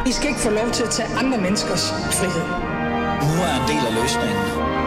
I skal ikke få lov til at tage andre menneskers frihed. Nu er en del af løsningen.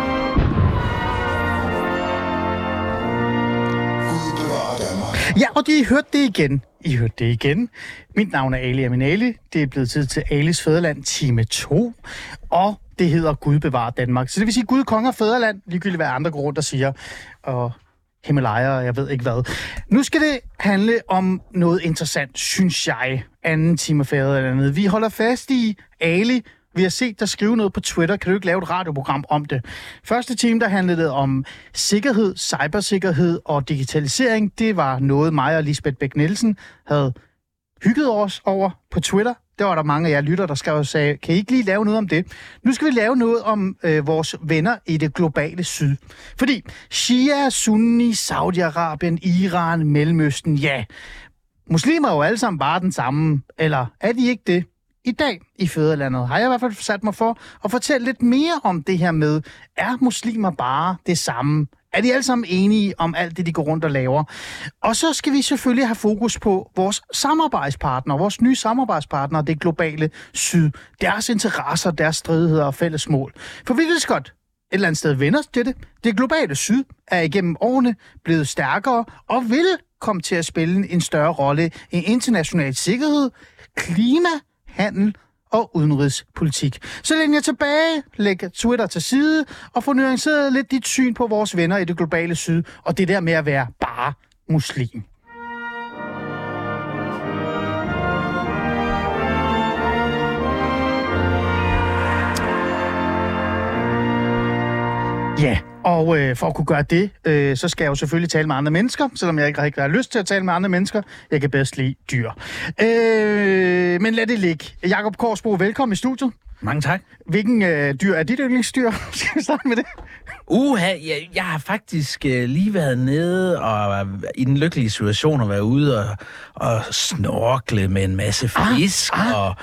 Ja, og I hørte det igen. Mit navn er Ali Aminali. Det er blevet tid til Alis Fædreland time 2. Og det hedder Gud bevarer Danmark. Så det vil sige Gud, konge og fædreland, ligegyldigt hvad andre går rundt og siger. Og Himalaya, og jeg ved ikke hvad. Nu skal det handle om noget interessant, synes jeg. Anden time fædre eller andet. Vi holder fast i Ali. Vi har set dig skrive noget på Twitter. Kan du ikke lave et radioprogram om det? Første time, der handlede det om sikkerhed, cybersikkerhed og digitalisering. Det var noget, mig og Lisbeth Bech-Nielsen havde hygget os over på Twitter. Der var der mange af jer lytter, der skrev og sagde, kan I ikke lige lave noget om det? Nu skal vi lave noget om vores venner i det globale syd. Fordi Shia, Sunni, Saudi-Arabien, Iran, Mellemøsten, ja, muslimer er jo alle sammen bare den samme. Eller er de ikke det? I dag i Fædrelandet har jeg i hvert fald sat mig for at fortælle lidt mere om det her med, er muslimer bare det samme? Er de alle sammen enige om alt det, de går rundt og laver? Og så skal vi selvfølgelig have fokus på vores samarbejdspartnere, vores nye samarbejdspartnere, det globale syd. Deres interesser, deres stridigheder og fælles mål. For vi ved godt, et eller andet sted vender til det. Det globale syd er igennem årene blevet stærkere og vil komme til at spille en større rolle i international sikkerhed, klima, handel og udenrigspolitik. Så læg jeg tilbage, læg Twitter til side og få nuanceret lidt dit syn på vores venner i det globale syd, og det der med at være bare muslim. Ja, og for at kunne gøre det, så skal jeg jo selvfølgelig tale med andre mennesker, selvom jeg ikke rigtig har lyst til at tale med andre mennesker. Jeg kan bedst lide dyr. Men lad det ligge. Jakob Korsbro, velkommen i studiet. Mange tak. Hvilken dyr er dit yndlingsdyr? Skal vi starte med det? Jeg har faktisk lige været nede og i den lykkelige situation at være ude og snorkle med en masse fisk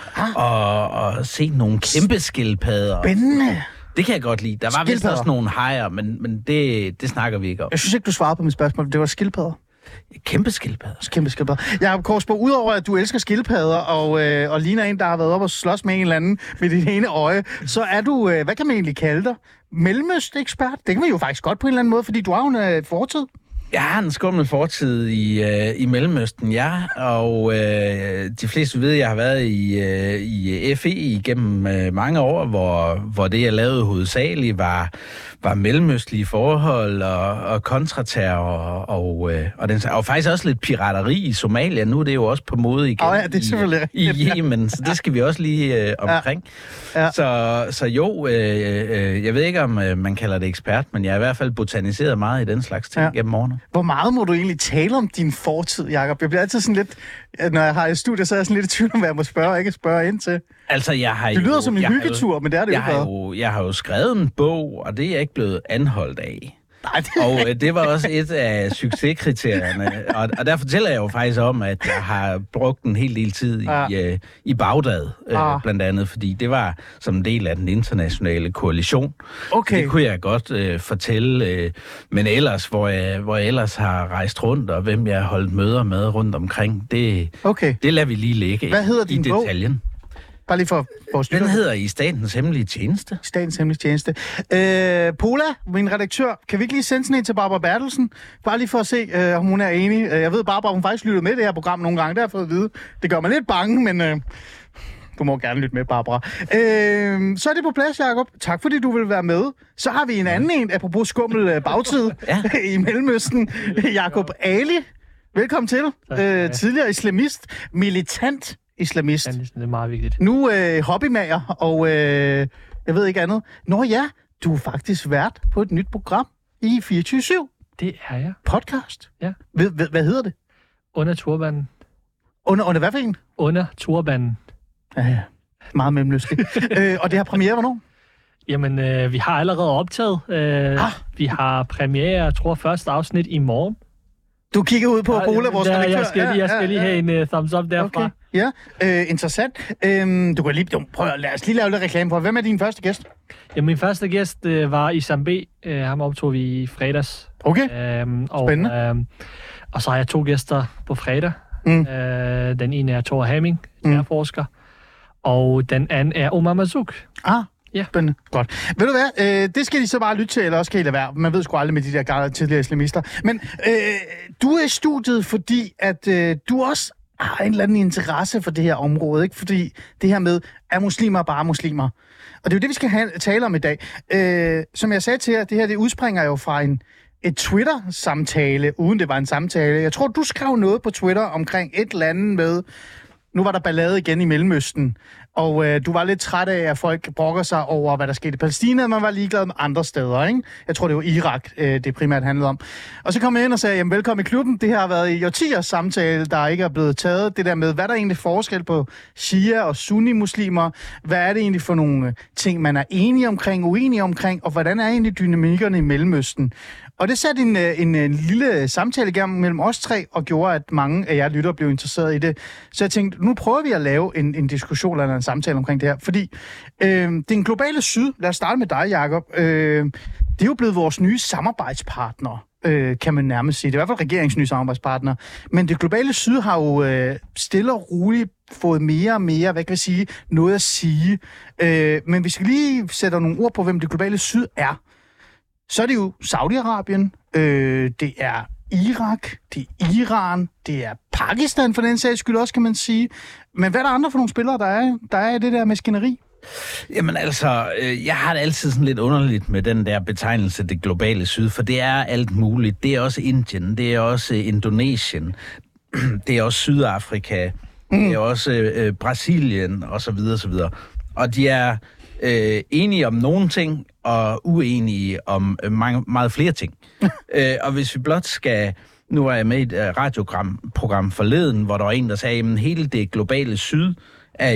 og se nogle kæmpe skildpadder. Spændende. Det kan jeg godt lide. Der var vist også nogle hajer, men det snakker vi ikke om. Jeg synes ikke, du svarede på mit spørgsmål. Det var skildpadder. Kæmpe skildpadder. Kæmpe skildpadder. Jakob Korsbro, udover at du elsker skildpadder og ligner en, der har været op og slås med en eller anden med dit ene øje, så er du, hvad kan man egentlig kalde dig? Mellemøst-ekspert? Det kan man jo faktisk godt på en eller anden måde, fordi du har jo en fortid. Jeg har en skummel fortid i Mellemøsten, ja, og de fleste ved, at jeg har været i FE igennem mange år, hvor det, jeg lavede hovedsageligt, var mellemøstlige forhold og kontraterror og faktisk også lidt pirateri i Somalia. Nu er det jo også på mode igen ja, det er selvfølgelig i Yemen, så det skal vi også lige omkring. Ja. Så jo, jeg ved ikke, om man kalder det ekspert, men jeg har i hvert fald botaniseret meget i den slags ting gennem årene. Hvor meget må du egentlig tale om din fortid, Jakob? Jeg bliver altid sådan lidt, når jeg har et studie, så er jeg sådan lidt i tvivl om, hvad jeg må spørge og ikke spørge ind til. Altså, det lyder som en hyggetur, men det er det jo ikke. Jeg har jo skrevet en bog, og det er jeg ikke blevet anholdt af. Og det var også et af succeskriterierne. Og der fortæller jeg jo faktisk om, at jeg har brugt en hel del tid i Bagdad, blandt andet, fordi det var som en del af den internationale koalition. Okay. Det kunne jeg godt fortælle. Men ellers, hvor jeg ellers har rejst rundt, og hvem jeg har holdt møder med rundt omkring, det lader vi lige ligge. Hvad hedder din bog? Detaljen. Bare lige for vores Den hedder I Statens Hemmelige Tjeneste. Statens Hemmelige Tjeneste. Pola, min redaktør, kan vi ikke lige sende sådan en til Barbara Bertelsen? Bare lige for at se, om hun er enig. Jeg ved, Barbara, hun faktisk lytter med det her program nogle gange. Det har jeg fået at vide. Det gør mig lidt bange, men du må gerne lytte med, Barbara. Så er det på plads, Jakob. Tak fordi du vil være med. Så har vi en anden apropos skummel bagtid i Mellemøsten. Jakob Ali. Velkommen til. Tidligere islamist, militant islamist. Ja, det er meget vigtigt. Nu hobbymager, og jeg ved ikke andet. Nå ja, du er faktisk vært på et nyt program i 24/7. Det er jeg. Podcast. Ja. Hvad hedder det? Under turbanen. Under hvad for en? Under turbanen. Ja. Meget mellemløsligt. Og det har premiere hvornår? Jamen, vi har allerede optaget. Vi har premiere, jeg tror, første afsnit i morgen. Du kigger ud på Pola, vores redaktør. Jeg skal lige have en thumbs up derfra. Okay. Ja, interessant. Du kan lige lad os lige lave lidt reklame for. Hvem er din første gæst? Ja, min første gæst var Isam B. Ham optog vi i fredags. Okay. Spændende. Og så har jeg 2 gæster på fredag. Den ene er Thor Hamming, forsker. og den anden er Omar Marzouk. Ja. Spændende. Godt. Ved du hvad? Det skal de så bare lytte til, eller også kan I lade være. Man ved sgu aldrig med de der tidligere islamister. Men du er i studiet, fordi at du også har en eller anden interesse for det her område, ikke? Fordi det her med, er muslimer bare muslimer? Og det er jo det, vi skal tale om i dag. Som jeg sagde til jer, det her det udspringer jo fra et Twitter-samtale, uden det var en samtale. Jeg tror, du skrev noget på Twitter omkring et eller andet med, nu var der ballade igen i Mellemøsten, og du var lidt træt af, at folk brokker sig over, hvad der skete i Palæstina, og man var ligeglad med andre steder, ikke? Jeg tror, det var Irak, det primært handlede om. Og så kom jeg ind og sagde, jamen velkommen i klubben. Det her har været i årtiers samtale, der ikke er blevet taget. Det der med, hvad er der egentlig forskel på shia og sunni-muslimer? Hvad er det egentlig for nogle ting, man er enige omkring, uenige omkring? Og hvordan er egentlig dynamikkerne i Mellemøsten? Og det satte en lille samtale igennem mellem os tre, og gjorde, at mange af jer lyttere blev interesseret i det. Så jeg tænkte, nu prøver vi at lave en diskussion eller en samtale omkring det her. Fordi den globale syd, lad os starte med dig, Jacob, det er jo blevet vores nye samarbejdspartner, kan man nærmest sige. Det er i hvert fald regeringens nye samarbejdspartner. Men det globale syd har jo stille og roligt fået mere og mere, hvad kan jeg sige, noget at sige. Men vi skal lige sætte nogle ord på, hvem det globale syd er. Så er det jo Saudi-Arabien, det er Irak, det er Iran, det er Pakistan for den sags skyld også, kan man sige. Men hvad er der andre for nogle spillere, der er i det der maskineri? Jamen altså, jeg har det altid sådan lidt underligt med den der betegnelse, det globale syd, for det er alt muligt. Det er også Indien, det er også Indonesien, det er også Sydafrika, det er også Brasilien osv. osv. Og de er enige om nogle ting, og uenige om meget flere ting. Og hvis vi blot skal... Nu var jeg med i et radioprogram forleden, hvor der var en, der sagde, at hele det globale syd er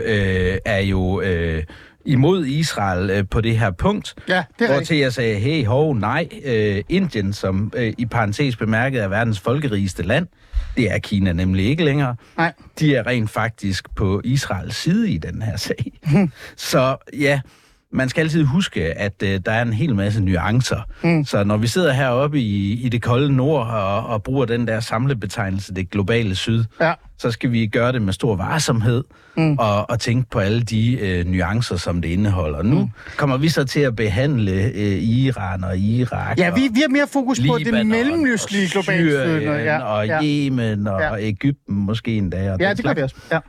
jo imod Israel på det her punkt. Ja, det er hvor til jeg sagde, hey, nej, Indien, som i parentes bemærket er verdens folkerigeste land, det er Kina nemlig ikke længere. Nej. De er rent faktisk på Israels side i den her sag. Så ja, man skal altid huske, at der er en hel masse nuancer. Så når vi sidder heroppe i det kolde nord og bruger den der samlebetegnelse, det globale syd, så skal vi gøre det med stor varsomhed og tænke på alle de nuancer, som det indeholder. Nu kommer vi så til at behandle Iran og Irak. Ja, vi har mere fokus på det mellemøstlige globale syd. Og Yemen og Egypten måske endda. Og det gør vi også. Ja.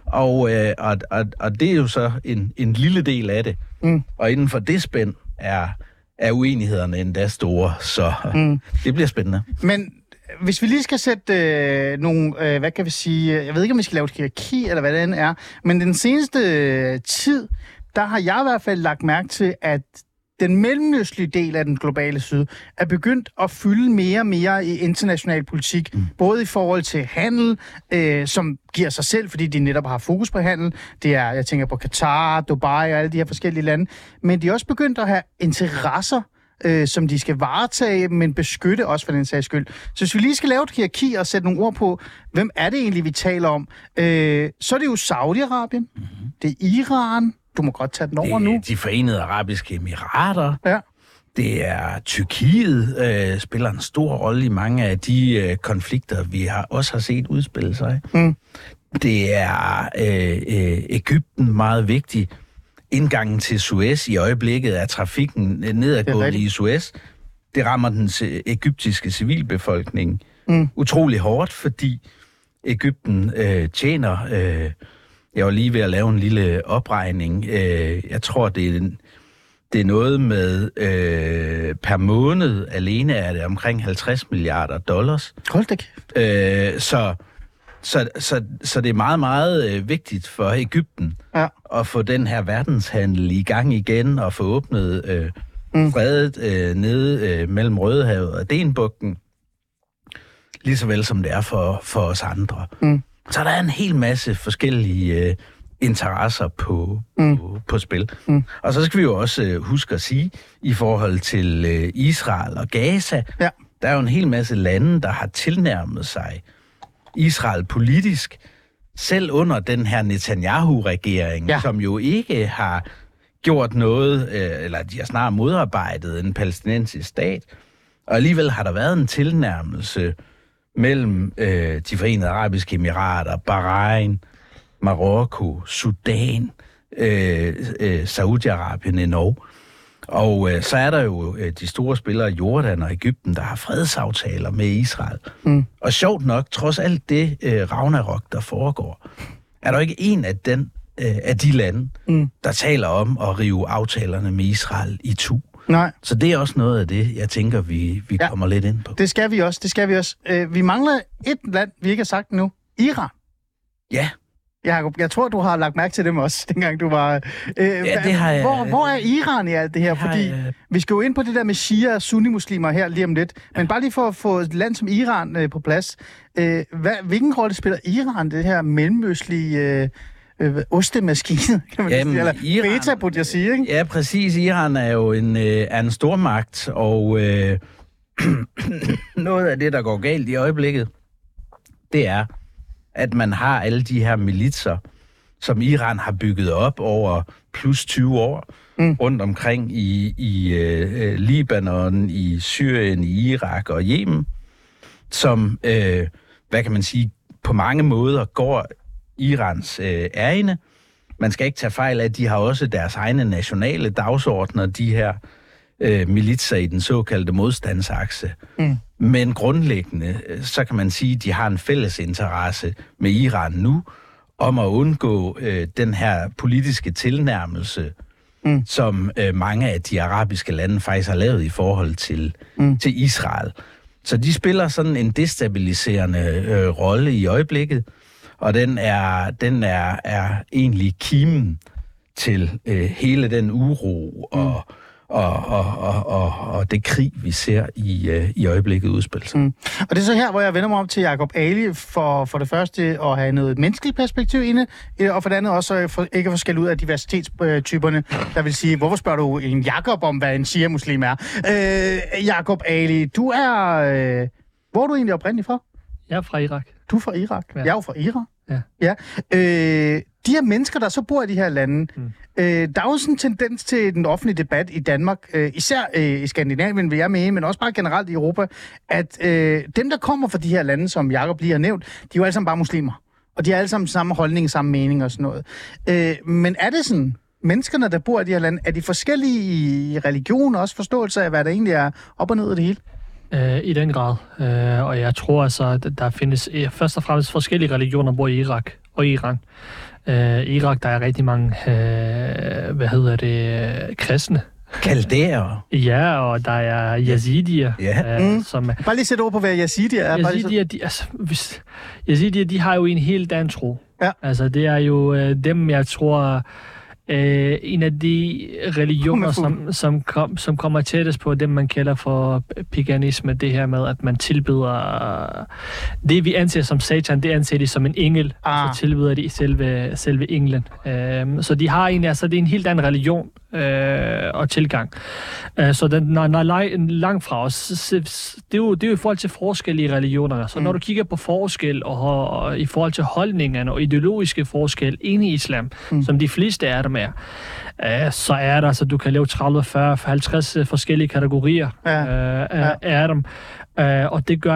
Og det er jo så en lille del af det. Og inden for det spænd er uenighederne endda store, så det bliver spændende. Men hvis vi lige skal sætte nogle, hvad kan vi sige, jeg ved ikke, om vi skal lave et hierarki, eller hvad det end er, men den seneste tid, der har jeg i hvert fald lagt mærke til, at den mellemøstlige del af den globale syd er begyndt at fylde mere og mere i international politik, både i forhold til handel, som giver sig selv, fordi de netop har fokus på handel. Det er, jeg tænker på Katar, Dubai og alle de her forskellige lande, men de er også begyndt at have interesser, som de skal varetage, men beskytte også for den sags skyld. Så hvis vi lige skal lave et hierarki og sætte nogle ord på, hvem er det egentlig, vi taler om, så er det jo Saudi-Arabien, det er Iran, du må godt tage den over nu. De Forenede Arabiske Emirater. Ja. Det er Tyrkiet, spiller en stor rolle i mange af de konflikter, vi også har set udspille sig. Det er Egypten meget vigtig. Indgangen til Suez i øjeblikket er trafikken nedadgående i Suez. Det rammer den egyptiske civilbefolkning utrolig hårdt, fordi Egypten tjener... jeg var lige ved at lave en lille opregning. Jeg tror, det er noget med per måned alene er det omkring $50 milliarder. Hold da kæft. Så det er meget, meget vigtigt for Egypten at få den her verdenshandel i gang igen og få åbnet fredet nede mellem Rødehavet og Adenbugten, lige så vel som det er for os andre. Så der er en hel masse forskellige interesser på spil. Og så skal vi jo også huske at sige, i forhold til Israel og Gaza, der er jo en hel masse lande, der har tilnærmet sig Israel politisk, selv under den her Netanyahu-regering, som jo ikke har gjort noget, eller de har snarere modarbejdet en palæstinensisk stat. Og alligevel har der været en tilnærmelse mellem de Forenede Arabiske Emirater, Bahrain, Marokko, Sudan, Saudi-Arabien endnu. Og så er der jo de store spillere Jordan og Egypten, der har fredsaftaler med Israel. Og sjovt nok, trods alt det Ragnarok, der foregår, er der ikke en af de lande, der taler om at rive aftalerne med Israel i tu. Nej. Så det er også noget af det, jeg tænker, vi kommer lidt ind på. Det skal vi også. Vi mangler et land, vi ikke har sagt nu. Iran. Ja. Jakob, jeg tror, du har lagt mærke til dem også, dengang du var... Ja, det har jeg... Hvor er Iran i alt det her? Fordi vi skal jo ind på det der med shia- og sunni-muslimer her lige om lidt. Men bare lige for at få et land som Iran på plads. Hvilken rolle spiller Iran, det her mellemøstlige... ostemaskine, kan man sige. Eller Iran, beta, burde jeg sige, ikke? Ja, præcis. Iran er jo en stormagt, og noget af det, der går galt i øjeblikket, det er, at man har alle de her militser, som Iran har bygget op over plus 20 år, rundt omkring i Libanon, i Syrien, i Irak og Yemen, som, hvad kan man sige, på mange måder går Irans ærinde. Man skal ikke tage fejl af, at de har også deres egne nationale dagsordner, de her militser i den såkaldte modstandsakse. Men grundlæggende, så kan man sige, at de har en fælles interesse med Iran nu, om at undgå den her politiske tilnærmelse, som mange af de arabiske lande faktisk har lavet i forhold til Israel. Så de spiller sådan en destabiliserende rolle i øjeblikket, og den er egentlig kimen til hele den uro og det krig, vi ser i øjeblikket udspille sig. Og det er så her, hvor jeg vender mig om til Jacob Ali for det første at have noget menneskeligt perspektiv inde, og for det andet også ikke at få skældt ud af diversitetstyperne, der vil sige, hvorfor spørger du en Jacob om, hvad en shia-muslim er? Jacob Ali, du er... hvor er du egentlig oprindeligt fra? Jeg er fra Irak. Du er fra Irak? Ja. Jeg er jo fra Iran. Ja. De her mennesker, der så bor i de her lande, der er jo sådan en tendens til den offentlige debat i Danmark, især i Skandinavien, vil jeg mene, men også bare generelt i Europa, at dem, der kommer fra de her lande, som Jacob lige har nævnt, de er jo alle sammen bare muslimer. Og de har alle sammen samme holdning, samme mening og sådan noget. Men er det sådan, menneskerne, der bor i de her lande, er de forskellige i religion og også forståelse af, hvad der egentlig er op og ned af det hele? I den grad. Og jeg tror altså, at der findes først og fremmest forskellige religioner, både i Irak og Iran. I Irak, der er rigtig mange, kristne. Kaldærer. Ja, og der er yazidier. Som bare lige sæt ord på, hvad yazidier er. Yazidier, de har jo en helt anden tro. Ja. Altså, det er jo dem, jeg tror... en af de religioner, som kommer tættest på det, man kalder for paganisme, det her med, at man tilbeder det, vi anser som satan, det anser de som en engel, så tilbeder de selve englen. Så de har det er en helt anden religion og tilgang. Så den er langt fra os. Det er jo i forhold til forskel i religionerne. Så når du kigger på forskel og i forhold til holdningerne og ideologiske forskel inde i islam, som de fleste er dem så er der, så du kan lave 30, 40, 50 forskellige kategorier af dem. Og det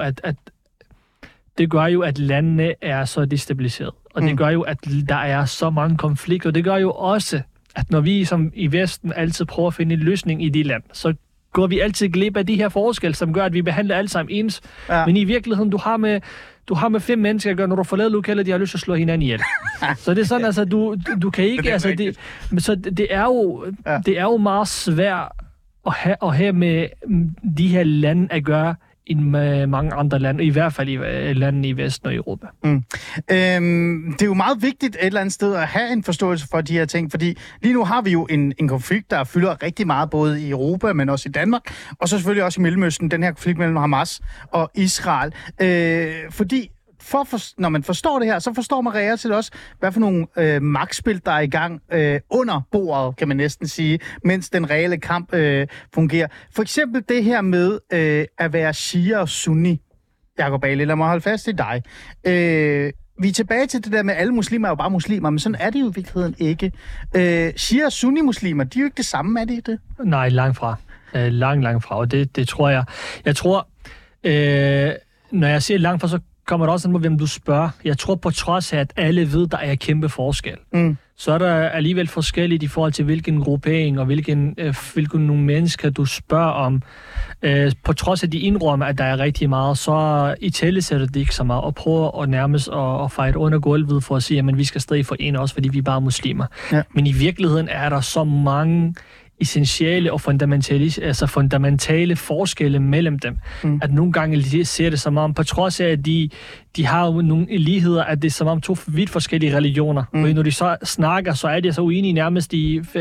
gør jo, at landene er så destabiliseret. Og det gør jo, at der er så mange konflikter. Og det gør jo også, at når vi som i Vesten altid prøver at finde en løsning i de land, så går vi altid glip af de her forskelle, som gør, at vi behandler alle sammen ens. Ja. Men i virkeligheden, du har med 5 mennesker, når du forlader lokalet, de har lyst til at slå hinanden ihjel. Så det er sådan, altså, du kan ikke... det er jo meget svært at have med de her lande at gøre, end med mange andre lande, i hvert fald i landene i Vesten og Europa. Det er jo meget vigtigt et eller andet sted at have en forståelse for de her ting, fordi lige nu har vi jo en konflikt, der fylder rigtig meget, både i Europa, men også i Danmark, og så selvfølgelig også i Mellemøsten, den her konflikt mellem Hamas og Israel. Fordi når man forstår det her, så forstår man reelt set også, hvad for nogle magtspil, der er i gang under bordet, kan man næsten sige, mens den reelle kamp fungerer. For eksempel det her med at være shia og sunni. Jacob Ali, lad mig holde fast i dig. Vi er tilbage til det der med, at alle muslimer er jo bare muslimer, men sådan er det jo i virkeligheden ikke. Shia og sunni-muslimer, de er jo ikke det samme, er det det? Nej, langt fra. Langt fra, og det tror jeg. Jeg tror, når jeg siger langt fra, så kommer det også an på, hvem du spørger. Jeg tror på trods af, at alle ved, der er kæmpe forskel. så er der alligevel forskelligt i forhold til, hvilken gruppering og hvilken nogle mennesker, du spørger om. På trods af, de indrømmer, at der er rigtig meget, så i tale sætter det ikke så meget, og prøver at nærmest at fejre under gulvet for at sige, at vi skal stadig forene os, fordi vi er bare muslimer. Ja. Men i virkeligheden er der så mange essentielle og fundamentale forskelle mellem dem, at nogle gange ser det som om, på trods af, at de har jo nogle ligheder, at det er som om to vidt forskellige religioner. Og når de så snakker, så er de så uenige nærmest i 90-95%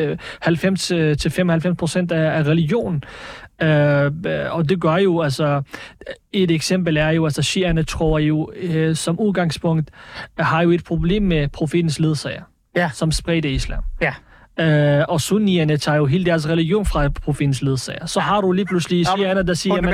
af religionen. Og det gør jo, altså, et eksempel er jo, altså, shierne tror jo, som udgangspunkt, har jo et problem med profetens ledsager, som spredte islam. Ja. Og sunnierne tager jo hele deres religion fra profetens ledsager. Så har du lige pludselig shierne, der siger,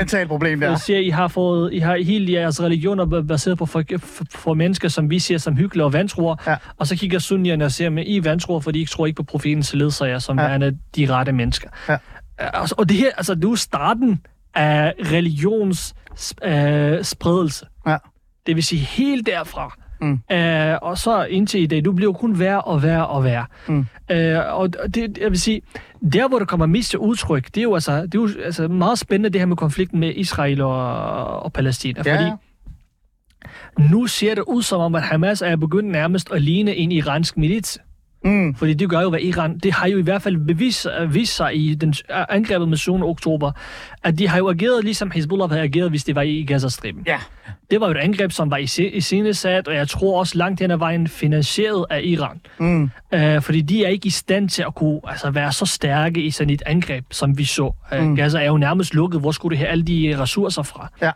I har hele jeres religioner baseret på for mennesker, som vi ser som hyggelige og vantroer, og så kigger sunnierne og siger, at I er vantroer, fordi I tror ikke på profetens ledsager, som er de rette mennesker. Ja. Og det her, altså, det er jo starten af religions spredelse. Ja. Det vil sige helt derfra. Og så indtil i dag, du bliver kun værre og værre og værre. Og det, jeg vil sige, der hvor der kommer mest til udtryk, det er jo altså meget spændende det her med konflikten med Israel og Palæstina. Fordi nu ser det ud som om, at Hamas er begyndt nærmest at ligne en iransk milits. Fordi det gør jo, hvad Iran, det har jo i hvert fald vist sig i den angrebet med 7. oktober, at de har jo ageret ligesom Hezbollah havde ageret, hvis det var i Gazastriben. Ja. Det var jo et angreb, som var iscenesat, og jeg tror også langt hen ad vejen finansieret af Iran. Fordi de er ikke i stand til at kunne være så stærke i sådan et angreb, som vi så. Gaza er jo nærmest lukket. Hvor skulle det have alle de ressourcer fra? Ja.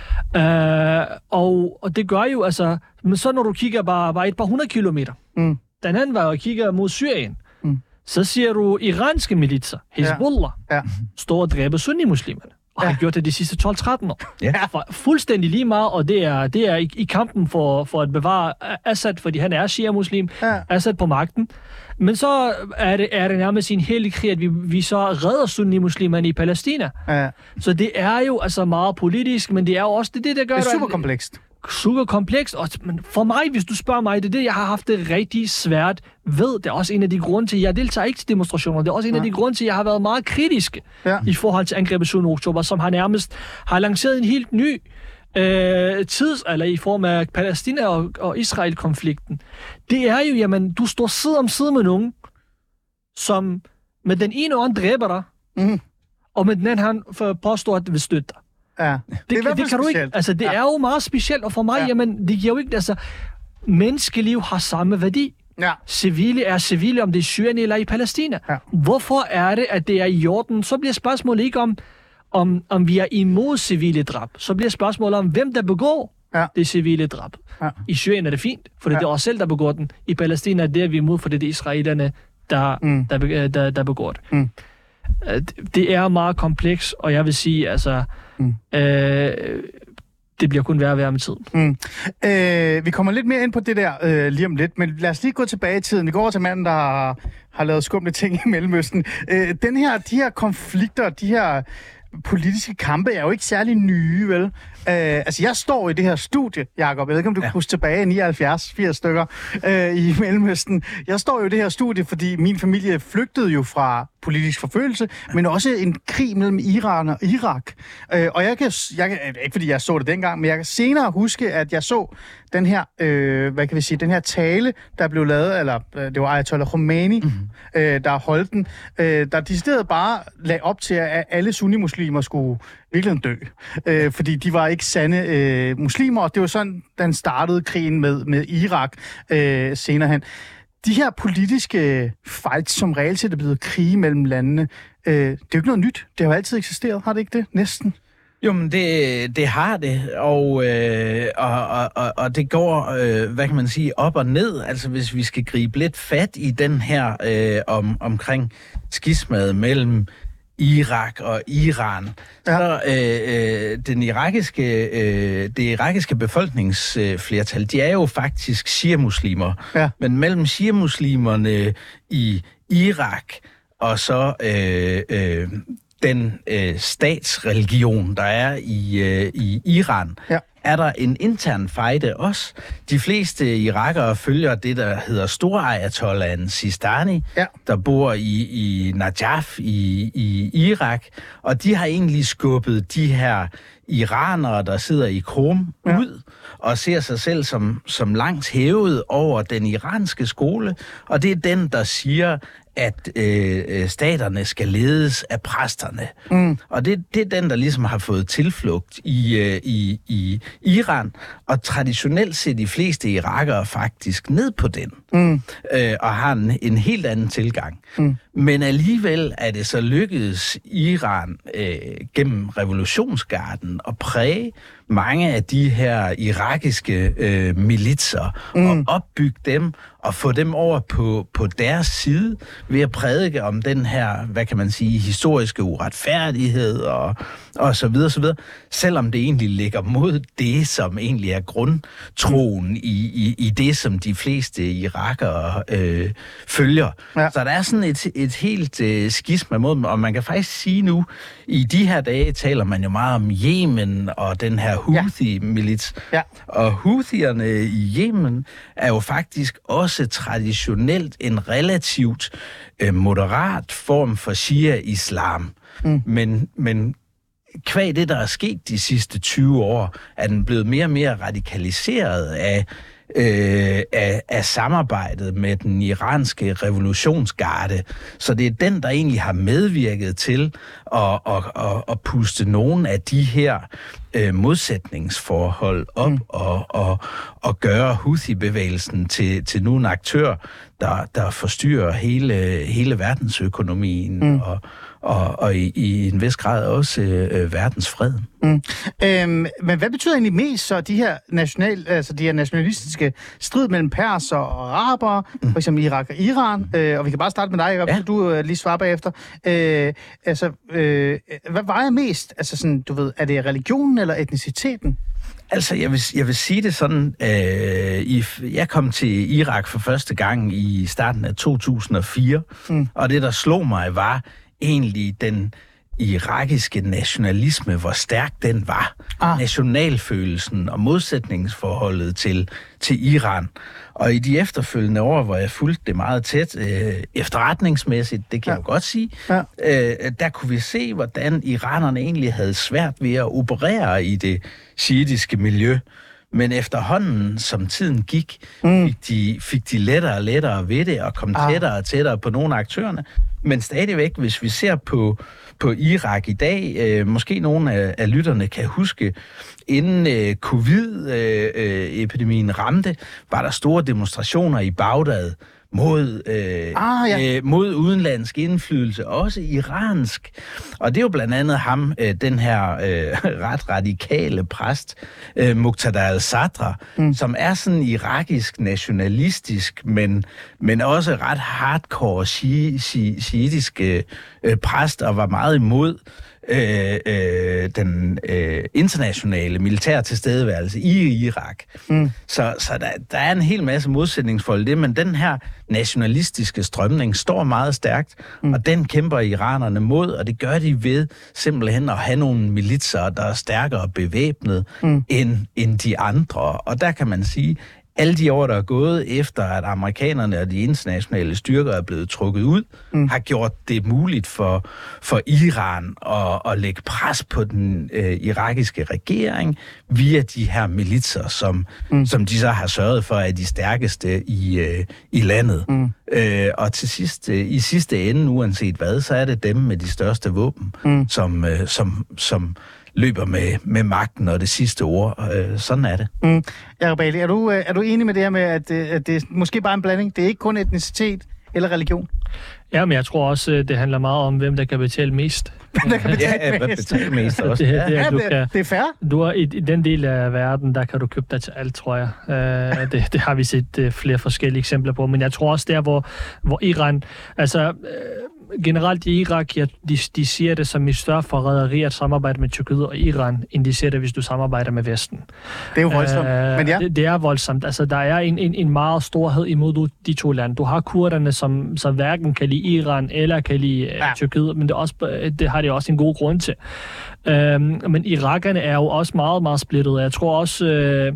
Og det gør jo, altså, men så når du kigger bare et par 100 kilometer, den anden var og kigger mod Syrien. Så siger du, iranske militser, Hezbollah, står og dræber sunni-muslimerne. Og har gjort det de sidste 12-13 år. Fuldstændig lige meget, og det er i kampen for at bevare Assad, fordi han er shia-muslim, Assad på magten. Men så er det nærmest en hellig krig, at vi så redder sunni-muslimerne i Palæstina. Så det er jo altså meget politisk, men det er jo også det der gør... Det er super komplekst. Super komplekst, og for mig, hvis du spørger mig, det er det, jeg har haft det rigtig svært ved. Det er også en af de grunde til, jeg deltager ikke til demonstrationer. Det er også en af de grunde til, jeg har været meget kritisk i forhold til angrebet 7. oktober, som har nærmest lanceret en helt ny eller i form af Palæstina og Israel-konflikten. Det er jo, jamen, du står side om side med nogen, som med den ene hånd dræber dig, og med den anden hånd påstår, at det vil støtte dig. Ja, det kan du ikke. Altså, det er jo meget specielt, og for mig, jamen, det giver jo ikke, altså, menneskeliv har samme værdi. Ja. Civile er civile, om det er Syrien eller i Palæstina. Ja. Hvorfor er det, at det er i orden? Så bliver spørgsmålet ikke om vi er imod civile drab. Så bliver spørgsmålet om, hvem der begår det civile drab. Ja. I Syrien er det fint, for det er os selv, der begår den. I Palæstina er det, vi er imod, for det er israelerne, der begår det. Det er meget kompleks, og jeg vil sige, altså, det bliver kun værre og værre med tiden. Vi kommer lidt mere ind på det der lige om lidt, men lad os lige gå tilbage i tiden. Vi går over til manden, der har lavet skumle ting i Mellemøsten. De her konflikter, de her politiske kampe er jo ikke særlig nye, vel? Altså, jeg står i det her studie, Jakob. Jeg ved ikke, om du kan huske tilbage 79-80 stykker i Mellemøsten. Jeg står jo i det her studie, fordi min familie flygtede jo fra politisk forfølgelse, men også en krig mellem Iran og Irak. Og jeg kan ikke fordi jeg så det dengang, men jeg kan senere huske, at jeg så den her, den her tale, der blev lavet, eller det var Ayatollah Khomeini, der holdt den, der decideret bare lagde op til, at alle sunni-muslimer skulle virkelig dø, fordi de var ikke sande muslimer, og det var sådan, den startede krigen med Irak senere hen. De her politiske fights, som reelt set er blevet krige mellem landene, det er jo ikke noget nyt. Det har jo altid eksisteret, har det ikke det? Næsten. Jo, men det har det, og det går, hvad kan man sige, op og ned. Altså, hvis vi skal gribe lidt fat i den her omkring skismaet mellem Irak og Iran, så det irakiske befolkningsflertal, de er jo faktisk shia-muslimer. Ja. Men mellem shia-muslimerne i Irak og så den statsreligion, der er i Iran, er der en intern fejde også. De fleste irakere følger det, der hedder Storayatollahen Sistani, der bor i Najaf i Irak, og de har egentlig skubbet de her iranere, der sidder i Qom, ud og ser sig selv som langt hævet over den iranske skole, og det er den, der siger, at staterne skal ledes af præsterne. Og det er den, der ligesom har fået tilflugt i Iran, og traditionelt ser de fleste irakere faktisk ned på den, og har en helt anden tilgang. Men alligevel er det så lykkedes Iran gennem revolutionsgarden at præge mange af de her irakiske militser og opbygge dem og få dem over på deres side ved at prædike om den her, hvad kan man sige, historiske uretfærdighed og så videre, så videre, selvom det egentlig ligger mod det, som egentlig er grundtroen i det, som de fleste irakere følger. Ja. Så der er sådan et helt skisma mod dem, og man kan faktisk sige nu, i de her dage taler man jo meget om Yemen og den her Houthi-milits. Ja. Og Houthierne i Yemen er jo faktisk også traditionelt en relativt moderat form for Shia-islam. Men kvæg det, der er sket de sidste 20 år, er den blevet mere og mere radikaliseret af samarbejdet med den iranske revolutionsgarde. Så det er den, der egentlig har medvirket til at puste nogle af de her modsætningsforhold op og gøre Houthi-bevægelsen til nu en aktør, der forstyrrer hele verdensøkonomien og i en vis grad også verdensfreden. Men hvad betyder egentlig mest så de her nationalistiske strid mellem perser og arabere, for eksempel Irak og Iran, og vi kan bare starte med dig, du lige svarer bagefter. Hvad vejer mest? Altså sådan, du ved, er det religionen eller etniciteten? Altså, jeg vil sige det sådan, jeg kom til Irak for første gang i starten af 2004, og det, der slog mig, var egentlig den irakiske nationalisme, hvor stærk den var. Nationalfølelsen og modsætningsforholdet til Iran. Og i de efterfølgende år, hvor jeg fulgte det meget tæt, efterretningsmæssigt, det kan jeg jo godt sige, der kunne vi se, hvordan iranerne egentlig havde svært ved at operere i det shiitiske miljø. Men efterhånden, som tiden gik, fik de lettere og lettere ved det, og kom tættere og tættere på nogle af aktørerne. Men stadigvæk, hvis vi ser på Irak i dag, måske nogle af lytterne kan huske, inden covid-epidemien ramte, var der store demonstrationer i Bagdad mod udenlandsk indflydelse, også iransk. Og det er jo blandt andet ham, den her ret radikale præst, Muqtada al-Sadr, som er sådan irakisk nationalistisk, men også ret hardcore shiitisk præst, og var meget imod den internationale militære tilstedeværelse i Irak. Så der er en hel masse modsætningsforhold i det, men den her nationalistiske strømning står meget stærkt, og den kæmper iranerne mod, og det gør de ved simpelthen at have nogle militser, der er stærkere bevæbnet end de andre. Og der kan man sige, alle de år, der er gået efter, at amerikanerne og de internationale styrker er blevet trukket ud, har gjort det muligt for Iran at lægge pres på den irakiske regering via de her militser, som de så har sørget for, er de stærkeste i landet. Og til sidst, i sidste ende, uanset hvad, så er det dem med de største våben, som løber med magten og det sidste ord. Sådan er det. Jacob Ali, er du enig med det her med, at det er måske bare en blanding? Det er ikke kun etnicitet eller religion? Ja, men jeg tror også, det handler meget om, hvem der kan betale mest. Hvem kan betale mest også. Det er fair. Du er i den del af verden, der kan du købe dig til alt, tror jeg. Det har vi set flere forskellige eksempler på. Men jeg tror også der, hvor Iran... Altså, generelt i Irak, de siger det som et større forræderi at samarbejde med Tyrkiet og Iran, end de siger det, hvis du samarbejder med Vesten. Det er jo voldsomt, men ja. Det er voldsomt. Altså, der er en meget storhed imod de to lande. Du har kurderne, som hverken kan lide Iran eller kan lide Tyrkiet, men det har de også en god grund til. Men irakerne er jo også meget, meget splittet. Jeg tror også,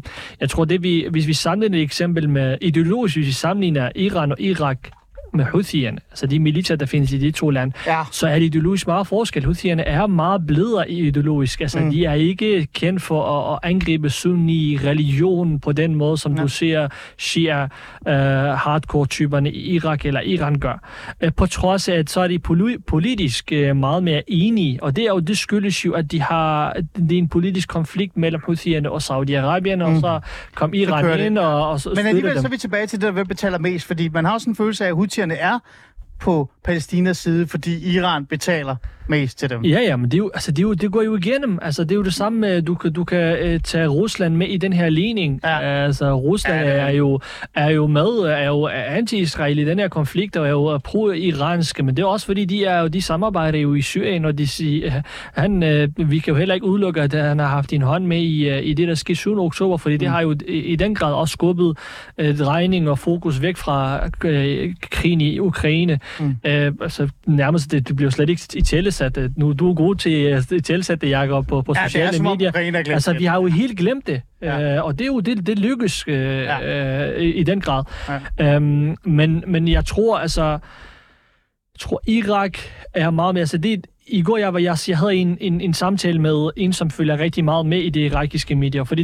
hvis vi sammenligner et eksempel med ideologisk, hvis vi sammenligner Iran og Irak med Houthiyerne, altså de militser, der findes i de to lande, så er det ideologisk meget forskel. Houthiyerne er meget blidere ideologisk. Altså, de er ikke kendt for at angribe sunni-religionen på den måde, som du ser Shia hardcore-typerne i Irak eller Iran gør. På trods af, at så er de politisk meget mere enige, og det skyldes jo, at det er en politisk konflikt mellem Houthiyerne og Saudi-Arabien, og så kom Iran ind og men alligevel så er vi tilbage til det, hvem betaler mest, fordi man har også en følelse af, at Houthiyerne er på Palæstinas side, fordi Iran betaler mest til dem. Ja, men det går jo igennem. Altså, det er jo det samme med, du kan tage Rusland med i den her ligning. Ja. Altså, Rusland er jo anti-Israel i den her konflikt, og er jo pro-iranske, men det er også fordi, de samarbejder jo i Syrien, og de siger, vi kan jo heller ikke udelukke, at han har haft en hånd med i det, der skete 7. oktober, fordi det har jo i den grad også skubbet drejning og fokus væk fra krigen i Ukraine. Altså, nærmest det bliver slet ikke i tællesat. Nu du er god til at tælsætte det, Jacob, på sociale medier. Altså, vi har jo helt glemt det. Og det er jo det lykkes i den grad. Ja. Men jeg tror, Irak er meget mere... Altså, i går jeg havde en samtale med en, som følger rigtig meget med i det irakiske medier, fordi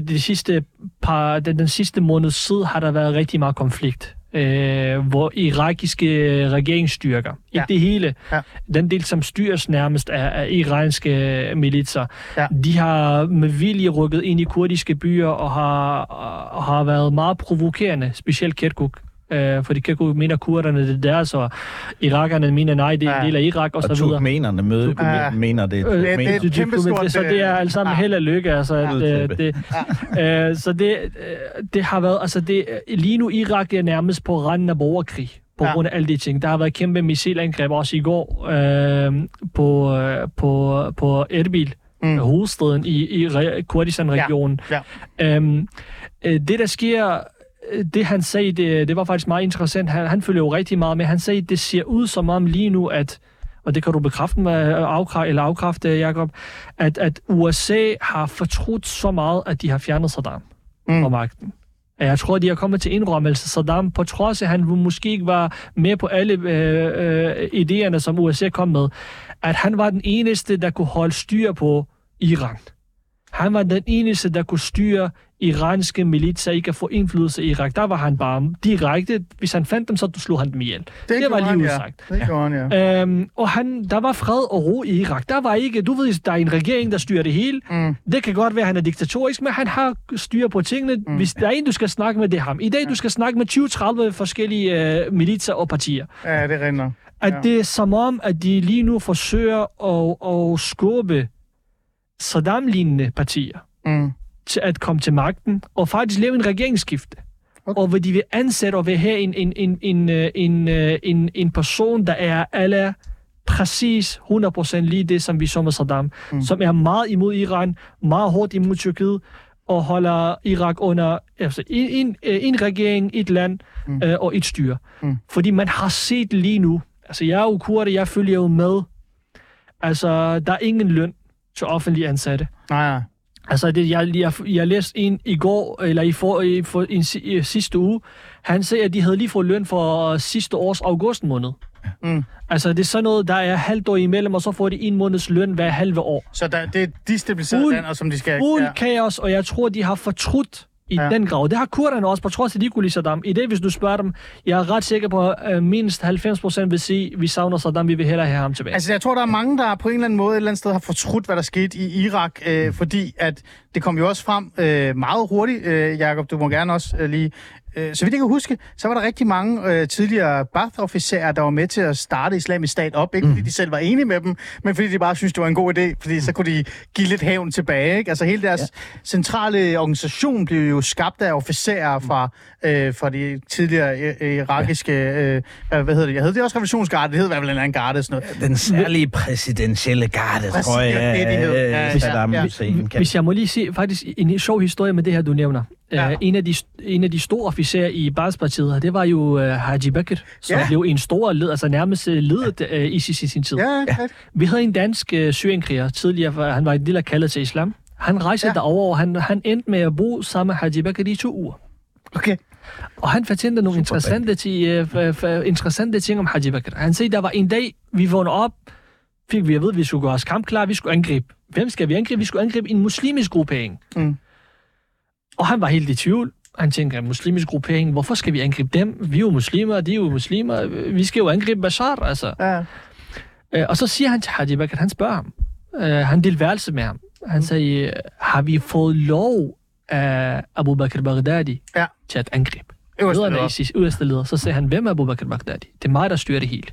den sidste måned siden har der været rigtig meget konflikt. Hvor irakiske regeringsstyrker, ikke det hele, den del, som styres nærmest af iranske militser, de har med vilje rykket ind i kurdiske byer og har været meget provokerende, specielt Kirkuk. Fordi Kirkuk mener kurderne det der, så irakerne mener nej, det er en del af Irak og så videre. Og turkmenerne mener det. Det er kæmpestort. Så det er alle sammen held og lykke. Altså, så det har været, altså lige nu Irak er nærmest på randen af borgerkrig. På grund af alle de ting. Der har været kæmpe missilangreb også i går på Erbil, hovedstaden i Kurdistan-regionen. Det, der sker... Det han sagde, det var faktisk meget interessant. Han følger jo rigtig meget med. Han sagde, det ser ud som om lige nu, og det kan du bekræfte med afkræfte, Jacob, at USA har fortrudt så meget, at de har fjernet Saddam fra magten. Jeg tror, de har kommet til indrømmelse. Saddam, på trods af, at han måske ikke var med på alle idéerne, som USA kom med, at han var den eneste, der kunne holde styr på Iran. Han var den eneste, der kunne styre iranske militser, ikke at få indflydelse i Irak. Der var han bare direkte. Hvis han fandt dem, så slog han dem ihjel. Det var lige udsagt. Og der var fred og ro i Irak. Der var ikke, du ved, der er en regering, der styrer det hele. Det kan godt være, at han er diktatorisk, men han har styr på tingene. Hvis der er en, du skal snakke med, det er ham. I dag, du skal snakke med 20-30 forskellige militser og partier. Ja, det rinder. At det er som om, at de lige nu forsøger at skubbe Saddam-lignende partier til at komme til magten, og faktisk lave en regeringsskifte. Okay. Og hvor de vil ansætte og vil have en person, der er alle præcis 100% lige det, som vi så med Saddam, som er meget imod Iran, meget hårdt imod Tyrkiet, og holder Irak under en regering, et land og et styre. Fordi man har set lige nu, altså jeg er jo kurder, jeg følger jo med, altså der er ingen løn til offentlige ansatte. Nej. Altså, jeg læste en i går, eller i sidste uge, han sagde, at de havde lige fået løn for sidste års august måned. Altså, det er sådan noget, der er halvt år imellem, og så får de en måneds løn hver halve år. Så det er destabiliseret lander, som de skal... Fuld kaos, og jeg tror, de har fortrudt i den grad. Det har kurderne også, på trods af de kunne lide Saddam. I det, hvis du spørger dem, jeg er ret sikker på, at mindst 90% vil sige, vi savner Saddam, vi vil hellere have ham tilbage. Altså, jeg tror, der er mange, der på en eller anden måde et eller andet sted har fortrudt, hvad der skete i Irak, fordi at det kom jo også frem meget hurtigt. Jacob, du må gerne også lige så vidt jeg kan huske, så var der rigtig mange tidligere Ba'ath-officerer, der var med til at starte Islamisk Stat op. Ikke fordi de selv var enige med dem, men fordi de bare syntes, det var en god idé, fordi så kunne de give lidt hævn tilbage. Ikke? Altså hele deres centrale organisation blev jo skabt af officerer fra de tidligere irakiske... hvad hedder det? Jeg hedder det også revolutionsgarde. Det hedder i hvert fald en eller anden garde. Sådan noget. Den særlige præsidentielle garde, tror jeg. Hvis jeg må lige sige faktisk en sjov historie med det her, du nævner. En af de store officerer i Ba'ath-partiet, det var jo Haji Bakr, som blev en stor led, altså nærmest ledet ISIS i sin tid. Vi havde en dansk syrenkriger tidligere, han var en del af kaldet til islam. Han rejste derover, og han endte med at bo sammen med Haji Bakr i 2 uger. Okay. Og han fortalte nogle interessante ting om Haji Bakr. Han sagde, der var en dag, vi vågnede op, fik vi at vide, at vi skulle gøre os kampklar, vi skulle angribe. Hvem skal vi angribe? Vi skulle angribe en muslimsk gruppering. Og han var helt i tvivl. Han tænker, en muslimsk gruppering, hvorfor skal vi angribe dem? Vi er jo muslimer, de er jo muslimer. Vi skal jo angribe Bashar, altså. Og så siger han til Haji Bakr, han spørger ham. Han delte værelse med ham. Han sagde, har vi fået lov af Abu Bakr Baghdadi til at angribe? Øverste leder. Så sagde han, hvem er Abu Bakr Baghdadi? Det er mig, der styrer det hele.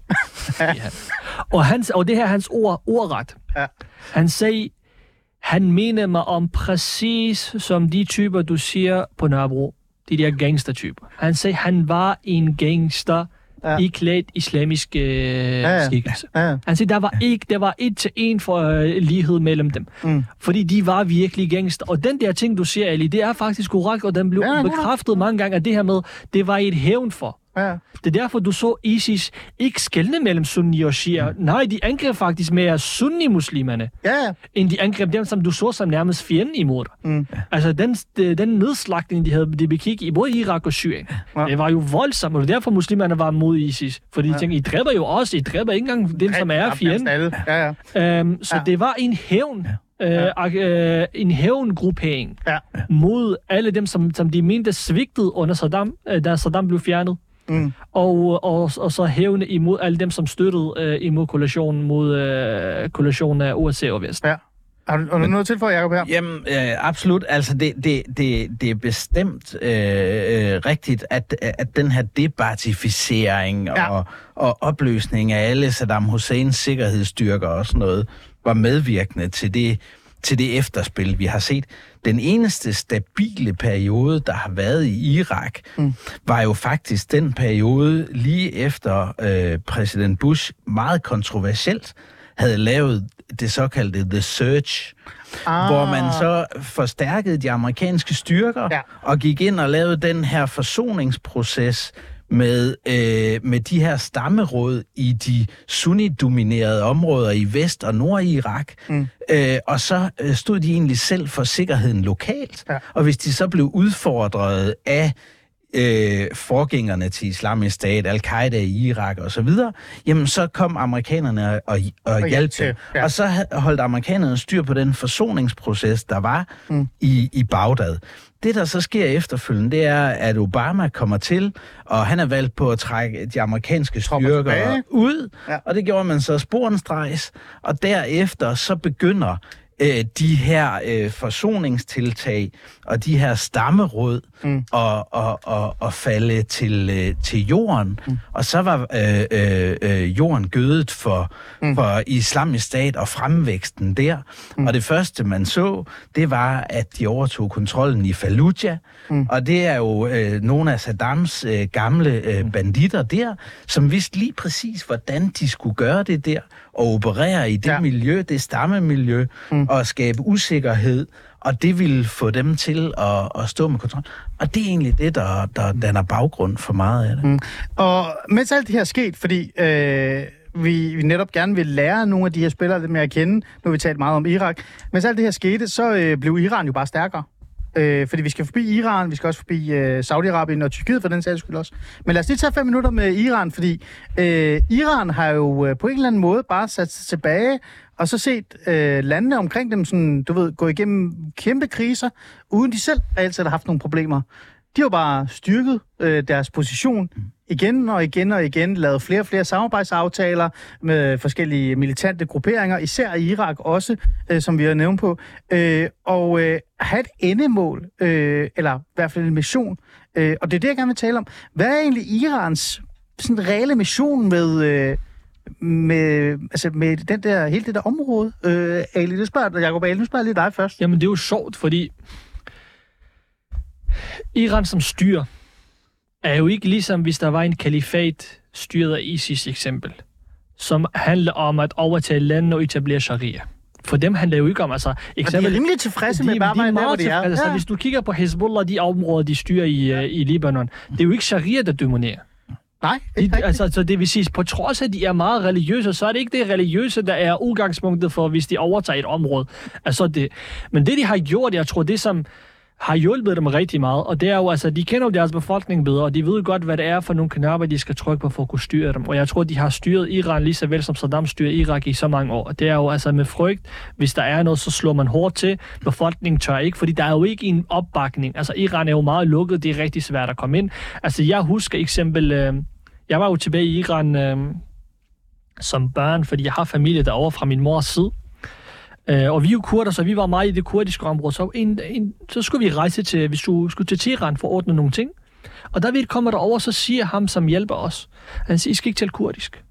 Og det her er hans ordret. Han sagde, han mener mig om præcis som de typer, du siger på Nørrebro. De der gangstertyper. Han sagde, han var en gangster i klædt islamisk skikkelse. Han sagde, der var 1-til-1 for lighed mellem dem. Fordi de var virkelig gangster. Og den der ting, du siger, Ali, det er faktisk korrekt, og den blev bekræftet mange gange, at det her med, det var et hævn for. Det er derfor, du så ISIS ikke skelne mellem sunni og shia. Nej, de angreb faktisk mere sunni-muslimerne, end de angreb dem, som du så som nærmest fjenden imod dig. Altså, den nedslagning, de begik i både Irak og Syrien, det var jo voldsomt, og derfor muslimerne var mod ISIS. Fordi de tænkte, I dræber jo også, I dræber ikke engang dem, som er fjenden. Så det var en hævn. En hævngruppering mod alle dem, som de mente svigtede under Saddam, da Saddam blev fjernet. Og så hævne imod alle dem, som støttede imod koalitionen af USA og Vest. Har du noget til for, Jacob, her? Jamen, absolut. Altså, det er bestemt rigtigt, at den her debatifisering og opløsning af alle Saddam Husseins sikkerhedsstyrker og sådan noget, var medvirkende til det efterspil, vi har set. Den eneste stabile periode, der har været i Irak, var jo faktisk den periode lige efter præsident Bush meget kontroversielt havde lavet det såkaldte The Surge, hvor man så forstærkede de amerikanske styrker og gik ind og lavede den her forsoningsproces med de her stammeråd i de sunni-dominerede områder i Vest- og Nord-Irak. Og så stod de egentlig selv for sikkerheden lokalt. Og hvis de så blev udfordret af forgængerne til Islamisk Stat, Al-Qaida i Irak og så videre, jamen så kom amerikanerne og hjalp til. Og så holdt amerikanerne styr på den forsoningsproces, der var i Bagdad. Det, der så sker efterfølgende, det er, at Obama kommer til, og han er valgt på at trække de amerikanske styrker ud, og det gjorde man så sporenstrejs, og derefter så begynder de her forsoningstiltag og de her stammeråd og falde til jorden. Og så var jorden gødet for Islamisk Stat og fremvæksten der. Og det første, man så, det var, at de overtog kontrollen i Fallujah. Og det er jo nogle af Saddams gamle banditter der, som vidste lige præcis, hvordan de skulle gøre det der, og operere i det miljø, det stammemiljø, og skabe usikkerhed, og det ville få dem til at stå med kontrol. Og det er egentlig det, der danner baggrund for meget af det. Og mens alt det her er sket, fordi vi netop gerne vil lære nogle af de her spillere lidt mere at kende, nu har vi talt meget om Irak, mens alt det her skete, så blev Iran jo bare stærkere. Fordi vi skal forbi Iran, vi skal også forbi Saudi-Arabien og Tyrkiet for den sags skyld også. Men lad os lige tage 5 minutter med Iran, fordi Iran har jo på en eller anden måde bare sat sig tilbage og så set landene omkring dem sådan, du ved, gå igennem kæmpe kriser, uden de selv altid har haft nogle problemer. De har bare styrket deres position igen og igen og igen, lavet flere og flere samarbejdsaftaler med forskellige militante grupperinger, især i Irak også, som vi har nævnt på, og have et endemål, eller i hvert fald en mission, Og det er det, jeg gerne vil tale om. Hvad er egentlig Irans sådan reelle mission med den der, hele det der område? Ali, det spørger Jacob Ali, nu spørger jeg lige dig først. Jamen, det er jo sjovt, fordi Iran som styre er jo ikke ligesom, hvis der var en kalifat styret af ISIS eksempel, som handler om at overtage landet og etablere sharia. For dem handler jo ikke om, altså... Eksempel, de er rimelig tilfredse med bare, hvor de er. Altså, hvis du kigger på Hezbollah, de områder, de styrer i Libanon, det er jo ikke sharia, der dominerer. Nej, altså, det vil sige, på trods af, at de er meget religiøse, så er det ikke det religiøse, der er udgangspunktet for, hvis de overtager et område. Altså det. Men det, de har gjort, jeg tror, det som har hjulpet dem rigtig meget, og det er jo, altså, de kender jo deres befolkning bedre, og de ved godt, hvad det er for nogle knapper, de skal trykke på for at kunne styre dem. Og jeg tror, de har styret Iran lige så vel, som Saddam styrede Irak i så mange år. Det er jo altså med frygt. Hvis der er noget, så slår man hårdt til. Befolkningen tør ikke, fordi der er jo ikke en opbakning. Altså, Iran er jo meget lukket, det er rigtig svært at komme ind. Altså, jeg husker eksempel... Jeg var jo tilbage i Iran som børn, fordi jeg har familie derovre fra min mors side. Og vi er jo kurder, så vi var meget i det kurdiske område. Så skulle vi rejse til, hvis du skulle til Teheran for at ordne nogle ting. Og da vi kommer derover, så siger ham, som hjælper os, han siger, I skal ikke tale kurdisk.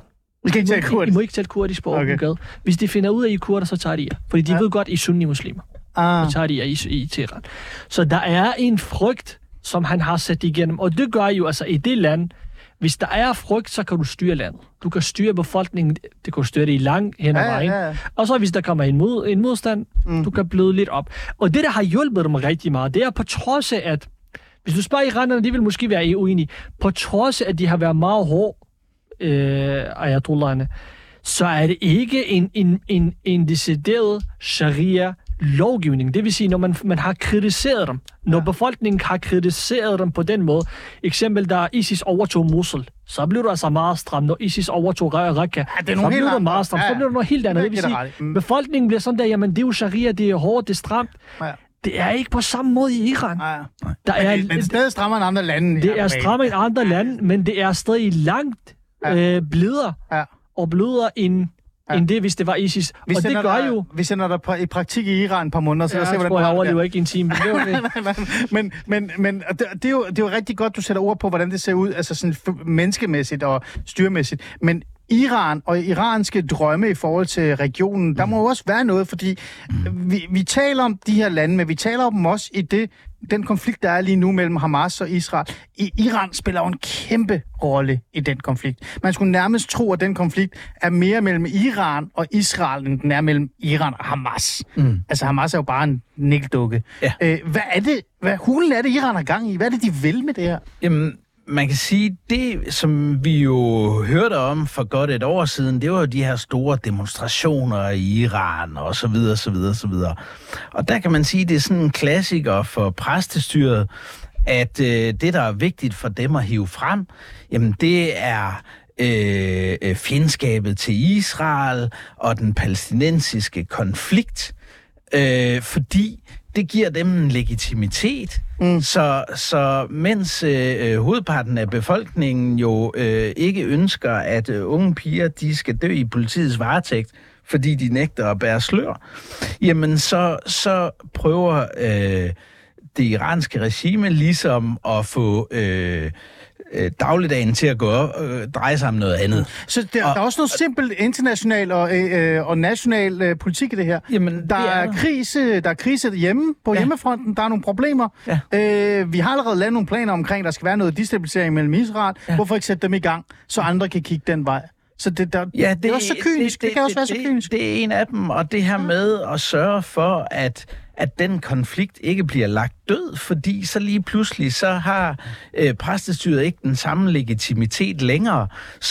I må ikke tale kurdisk på åben gade. Hvis de finder ud af, at I er kurder, så tager de jer. Fordi de ved godt, I er sunni-muslimer. Så tager de jer i Teheran. Så der er en frygt, som han har sat igennem. Og det gør jo altså i det land, hvis der er frygt, så kan du styre landet. Du kan styre befolkningen, det kan du styre det i lang hen ad vejen. Ja. Og så hvis der kommer en modstand, du kan bløde lidt op. Og det, der har hjulpet dem rigtig meget, det er på trods af, at hvis du spørger iranerne, de vil måske være uenige, på trods af, at de har været meget hårde, ayatollaherne, så er det ikke en decideret sharia-lovgivning. Det vil sige, når man har kritiseret dem, når befolkningen har kritiseret dem på den måde, eksempel da ISIS overtog Mosul, så blev det altså meget stramt. Når ISIS overtog Raqqa, så blev det meget stramt. Så blev det noget helt andet. Det vil sige, befolkningen bliver sådan der, jamen det er jo sharia, det er hårdt, det er stramt. Det er ikke på samme måde i Iran. Men stadig strammer end andre lande. Det er strammer end andre lande, men det er stadig langt blødere og blødere end det, hvis det var ISIS. Og det gør jo... Vi sender dig i praktik i Iran et par måneder, så jeg tror, jeg overlever ikke en time. Men det er jo rigtig godt, du sætter ord på, hvordan det ser ud, altså sådan menneskemæssigt og styremæssigt. Men Iran og iranske drømme i forhold til regionen, der må jo også være noget, fordi vi taler om de her lande, men vi taler om dem også i den konflikt, der er lige nu mellem Hamas og Israel. Iran spiller jo en kæmpe rolle i den konflikt. Man skulle nærmest tro, at den konflikt er mere mellem Iran og Israel, end den er mellem Iran og Hamas. Altså Hamas er jo bare en nikkeldukke. Ja. Hvad er det? Hvad hulen er det, Iran har gang i? Hvad er det, de vil med det her? Jamen, man kan sige, det som vi jo hørte om for godt et år siden, det var jo de her store demonstrationer i Iran og så videre, så videre, så videre. Og der kan man sige, det er sådan en klassiker for præstestyret, at det, der er vigtigt for dem at hive frem, jamen det er fjendskabet til Israel og den palæstinensiske konflikt, fordi det giver dem en legitimitet. Så mens hovedparten af befolkningen jo ikke ønsker, at unge piger de skal dø i politiets varetægt, fordi de nægter at bære slør, jamen så prøver det iranske regime ligesom at få dagligdagen til at dreje sig om noget andet. Så der er også noget simpelt international og national politik i det her. Jamen, der er krise hjemme på hjemmefronten, der er nogle problemer. Ja. Vi har allerede lavet nogle planer omkring, der skal være noget destabilisering mellem Israel. Ja. Hvorfor ikke sætte dem i gang, så andre kan kigge den vej? Så det er også så kynisk. Det kan også være så kynisk. Det er en af dem, og det her med at sørge for, at den konflikt ikke bliver lagt død, fordi så lige pludselig, så har præstestyret ikke den samme legitimitet længere.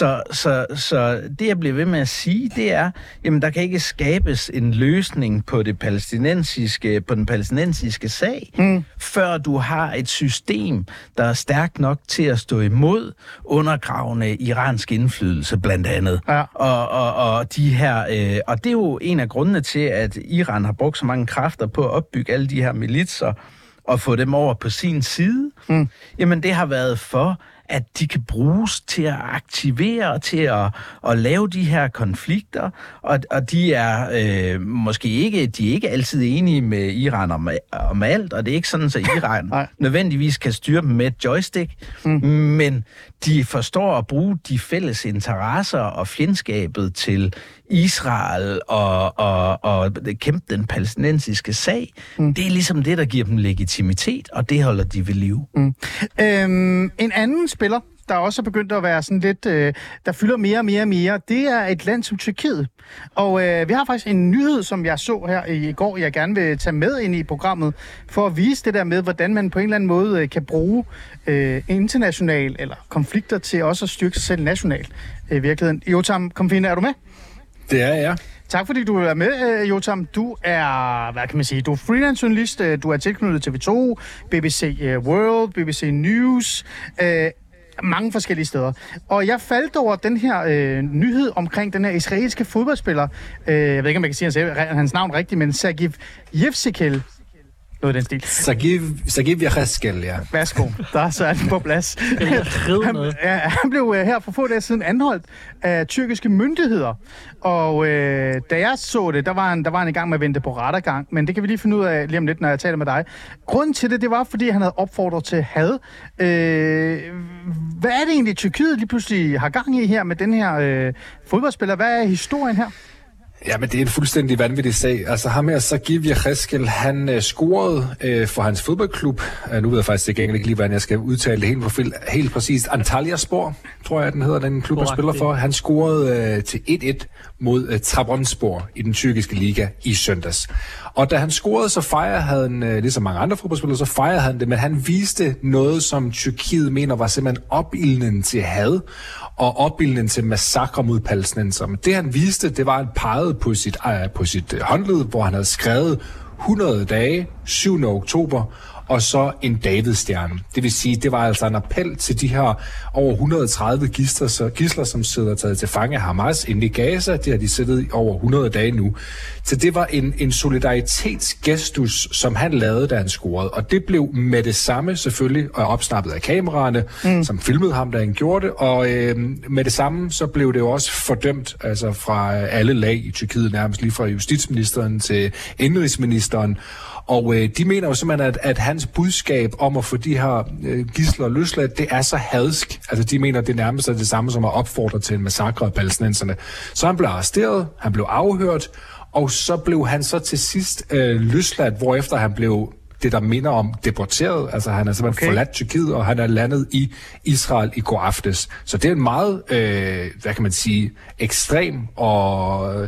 Så det, jeg bliver ved med at sige, det er, jamen der kan ikke skabes en løsning på den palæstinensiske sag, før du har et system, der er stærkt nok til at stå imod undergravende iransk indflydelse, blandt andet. Ja. Og de her, og det er jo en af grundene til, at Iran har brugt så mange kræfter på at opbygge alle de her militser og få dem over på sin side. Jamen det har været for, at de kan bruges til at aktivere, til at lave de her konflikter, og de er måske ikke, de er ikke altid enige med Iran om alt, og det er ikke sådan, at Iran nødvendigvis kan styre dem med et joystick, men de forstår at bruge de fælles interesser og fjendskabet til Israel og kæmpe den palæstinensiske sag. Det er ligesom det, der giver dem legitimitet, og det holder de ved liv. En anden spiller, der også er begyndt at være sådan lidt, der fylder mere, det er et land som Tyrkiet. Og vi har faktisk en nyhed, som jeg så her i går, jeg gerne vil tage med ind i programmet, for at vise det der med, hvordan man på en eller anden måde kan bruge international eller konflikter til også at styrke sig selv nationalt i virkeligheden. Jotam Komfine, er du med? Det er jeg. Tak fordi du er med, Jotam. Du er, hvad kan man sige, du er freelance-journalist, du er tilknyttet TV2, BBC World, BBC News, mange forskellige steder. Og jeg faldt over den her nyhed omkring den her israelske fodboldspiller, jeg ved ikke, om jeg kan sige hans navn rigtigt, men Sagiv Yevsekel. Noget den stil. Sagiv Yevsekel, ja. Værsgo, der så er den på plads. Han blev her for få dage siden anholdt af tyrkiske myndigheder. Og da jeg så det, der var han i gang med at vente på rettergang. Men det kan vi lige finde ud af lige om lidt, når jeg taler med dig. Grunden til det var, fordi han havde opfordret til had. Hvad er det egentlig, Tyrkiet lige pludselig har gang i her med den her fodboldspiller? Hvad er historien her? Ja, men det er en fuldstændig vanvittig sag. Altså ham her, Sagiv Yevsekel, han scorede for hans fodboldklub. Nu ved jeg faktisk ikke lige, hvordan jeg skal udtale det helt præcist. Antalyaspor, tror jeg, den hedder, den klub, han spiller for. Han scorede til 1-1 mod Trabzonspor i den tyrkiske liga i søndags. Og da han scorede, så fejrede han, ligesom mange andre fodboldspillere, så fejrede han det, men han viste noget, som Tyrkiet mener var simpelthen opildnen til had og opildnen til massakre mod palæstinenser. Men det han viste, det var, at han pegede på sit håndled, hvor han havde skrevet 100 dage, 7. oktober, og så en Davidstjerne. Det vil sige, det var altså en appel til de her over 130 gidsler, som sidder taget til fange af Hamas inde i Gaza. Det har de siddet i over 100 dage nu. Så det var en solidaritetsgestus, som han lavede, da han scorede. Og det blev med det samme selvfølgelig opsnappet af kameraerne, som filmede ham, da han gjorde det. Og med det samme, så blev det jo også fordømt altså fra alle lag i Tyrkiet, nærmest lige fra justitsministeren til indrigsministeren. Og de mener jo simpelthen, at hans budskab om at få de her gidsler løsladt, det er så hadsk. Altså de mener, det nærmest er det samme som at opfordre til en massakre af palæstinenserne. Så han blev arresteret, han blev afhørt, og så blev han så til sidst løsladt, hvorefter han blev det, der minder om deporteret. Altså han er simpelthen forladt Tyrkiet, og han er landet i Israel i går aftes. Så det er en meget, hvad kan man sige, ekstrem og...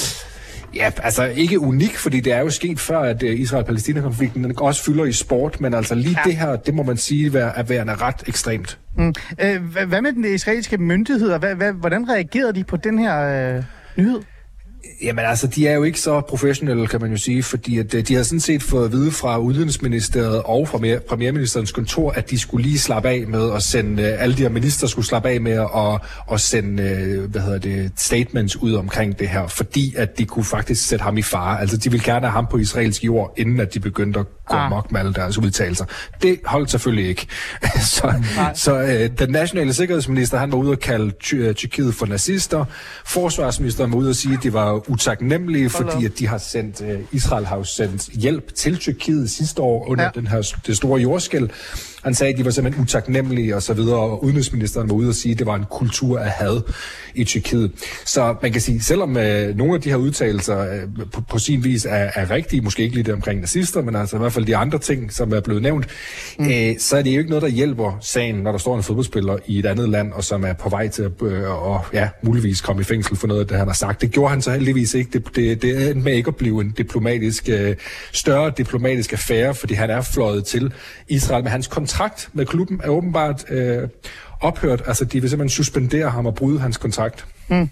Ja, altså ikke unik, fordi det er jo sket før, at Israel-Palæstina-konflikten den også fylder i sport, men altså lige det her, det må man sige er værende ret ekstremt. Hvad med den israelske myndigheder? Hvordan reagerede de på den her nyhed? Jamen altså, de er jo ikke så professionelle, kan man jo sige, fordi at de har sådan set fået at vide fra Udenrigsministeriet og fra premierministerens kontor, at de skulle lige slappe af med at sende, alle de her minister skulle slappe af med at sende, statements ud omkring det her, fordi at de kunne faktisk sætte ham i fare. Altså, de ville gerne have ham på israelsk jord, inden at de begyndte at gå amok med alle deres udtalelser. Det holdt selvfølgelig ikke. så den nationale sikkerhedsminister, han var ude og kalde Tyrkiet for nazister. Forsvarsministeren var ude og sige, at de var utaknemmelige, fordi at de har sendt, Israel har sendt hjælp til Tyrkiet sidste år under det store jordskælv. Han sagde, at de var simpelthen utaknemmelige og så videre, og udenrigsministeren var ude og sige, at det var en kultur af had i Tyrkiet. Så man kan sige, selvom nogle af de her udtalelser på sin vis er rigtige, måske ikke lige det omkring nazister, men altså i hvert fald de andre ting, som er blevet nævnt, så er det jo ikke noget, der hjælper sagen, når der står en fodboldspiller i et andet land, og som er på vej til at muligvis komme i fængsel for noget, det han har sagt. Det gjorde han så heldigvis ikke. Det endte med ikke at blive en større diplomatisk affære, fordi han er fløjet til Israel med hans kontrakt med klubben er åbenbart ophørt. Altså, de vil simpelthen suspendere ham og bryde hans kontrakt.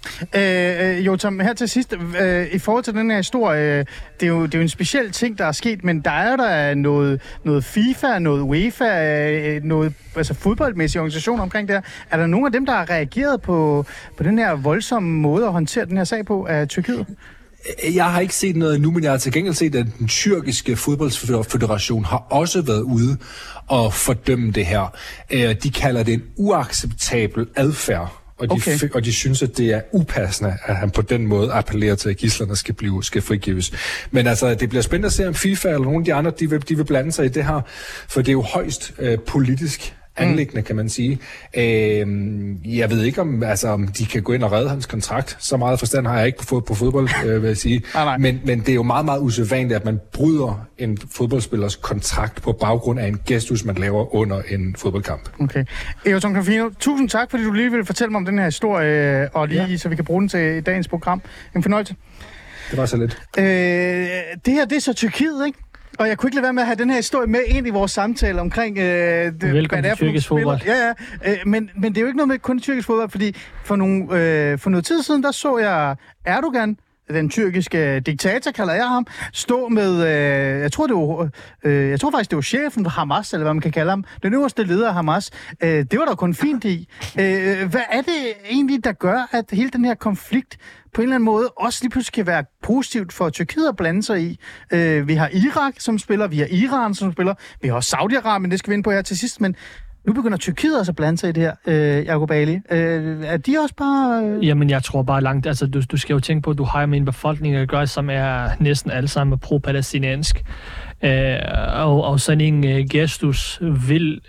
Jotam, her til sidst, i forhold til den her historie, det er jo en speciel ting, der er sket, men der er jo der noget FIFA, noget UEFA, noget altså fodboldmæssige organisationer omkring det her. Er der nogen af dem, der har reageret på den her voldsomme måde at håndtere den her sag på af Tyrkiet? Jeg har ikke set noget endnu, men jeg har til gengæld set, at den tyrkiske fodboldfederation har også været ude og fordømme det her. De kalder det en uacceptabel adfærd. Og de synes, at det er upassende, at han på den måde appellerer til, at gidslerne skal frigives. Men altså, det bliver spændende at se, om FIFA eller nogle af de andre, de vil blande sig i det her, for det er jo højst politisk anliggende, kan man sige. Jeg ved ikke, om de kan gå ind og redde hans kontrakt. Så meget forstand har jeg ikke på fodbold, vil jeg sige. Nej. Men det er jo meget, meget usædvanligt, at man bryder en fodboldspillers kontrakt på baggrund af en gestus, man laver under en fodboldkamp. Okay. Everton Confino, tusind tak, fordi du lige ville fortælle mig om den her historie, og så vi kan bruge den til dagens program. En fornøjelse. Det var så lidt. Det her, det er så Tyrkiet, ikke? Og jeg kunne ikke lade være med at have den her historie med ind i vores samtale omkring... Velkommen til tyrkisk fodbold. Ja. Men det er jo ikke noget med kun tyrkisk fodbold, fordi for noget tid siden, der så jeg Erdogan, den tyrkiske diktator, kalder jeg ham, stå med, jeg tror faktisk, det var chefen for Hamas, eller hvad man kan kalde ham, den øverste leder af Hamas. Det var der kun fint i. Hvad er det egentlig, der gør, at hele den her konflikt på en eller anden måde også lige pludselig kan være positivt for Tyrkiet at blande sig i? Vi har Irak, som spiller, vi har Iran, som spiller, vi har Saudi-Arabien, det skal vi ind på her til sidst, men nu begynder Tyrkiet også at blande sig i det her, Jacob Ali. Er de også bare... Jamen, jeg tror bare langt... Altså, du skal jo tænke på, at du har med en befolkning at gøre, som er næsten alle sammen pro-palæstinensk. Og sådan en gestus vil,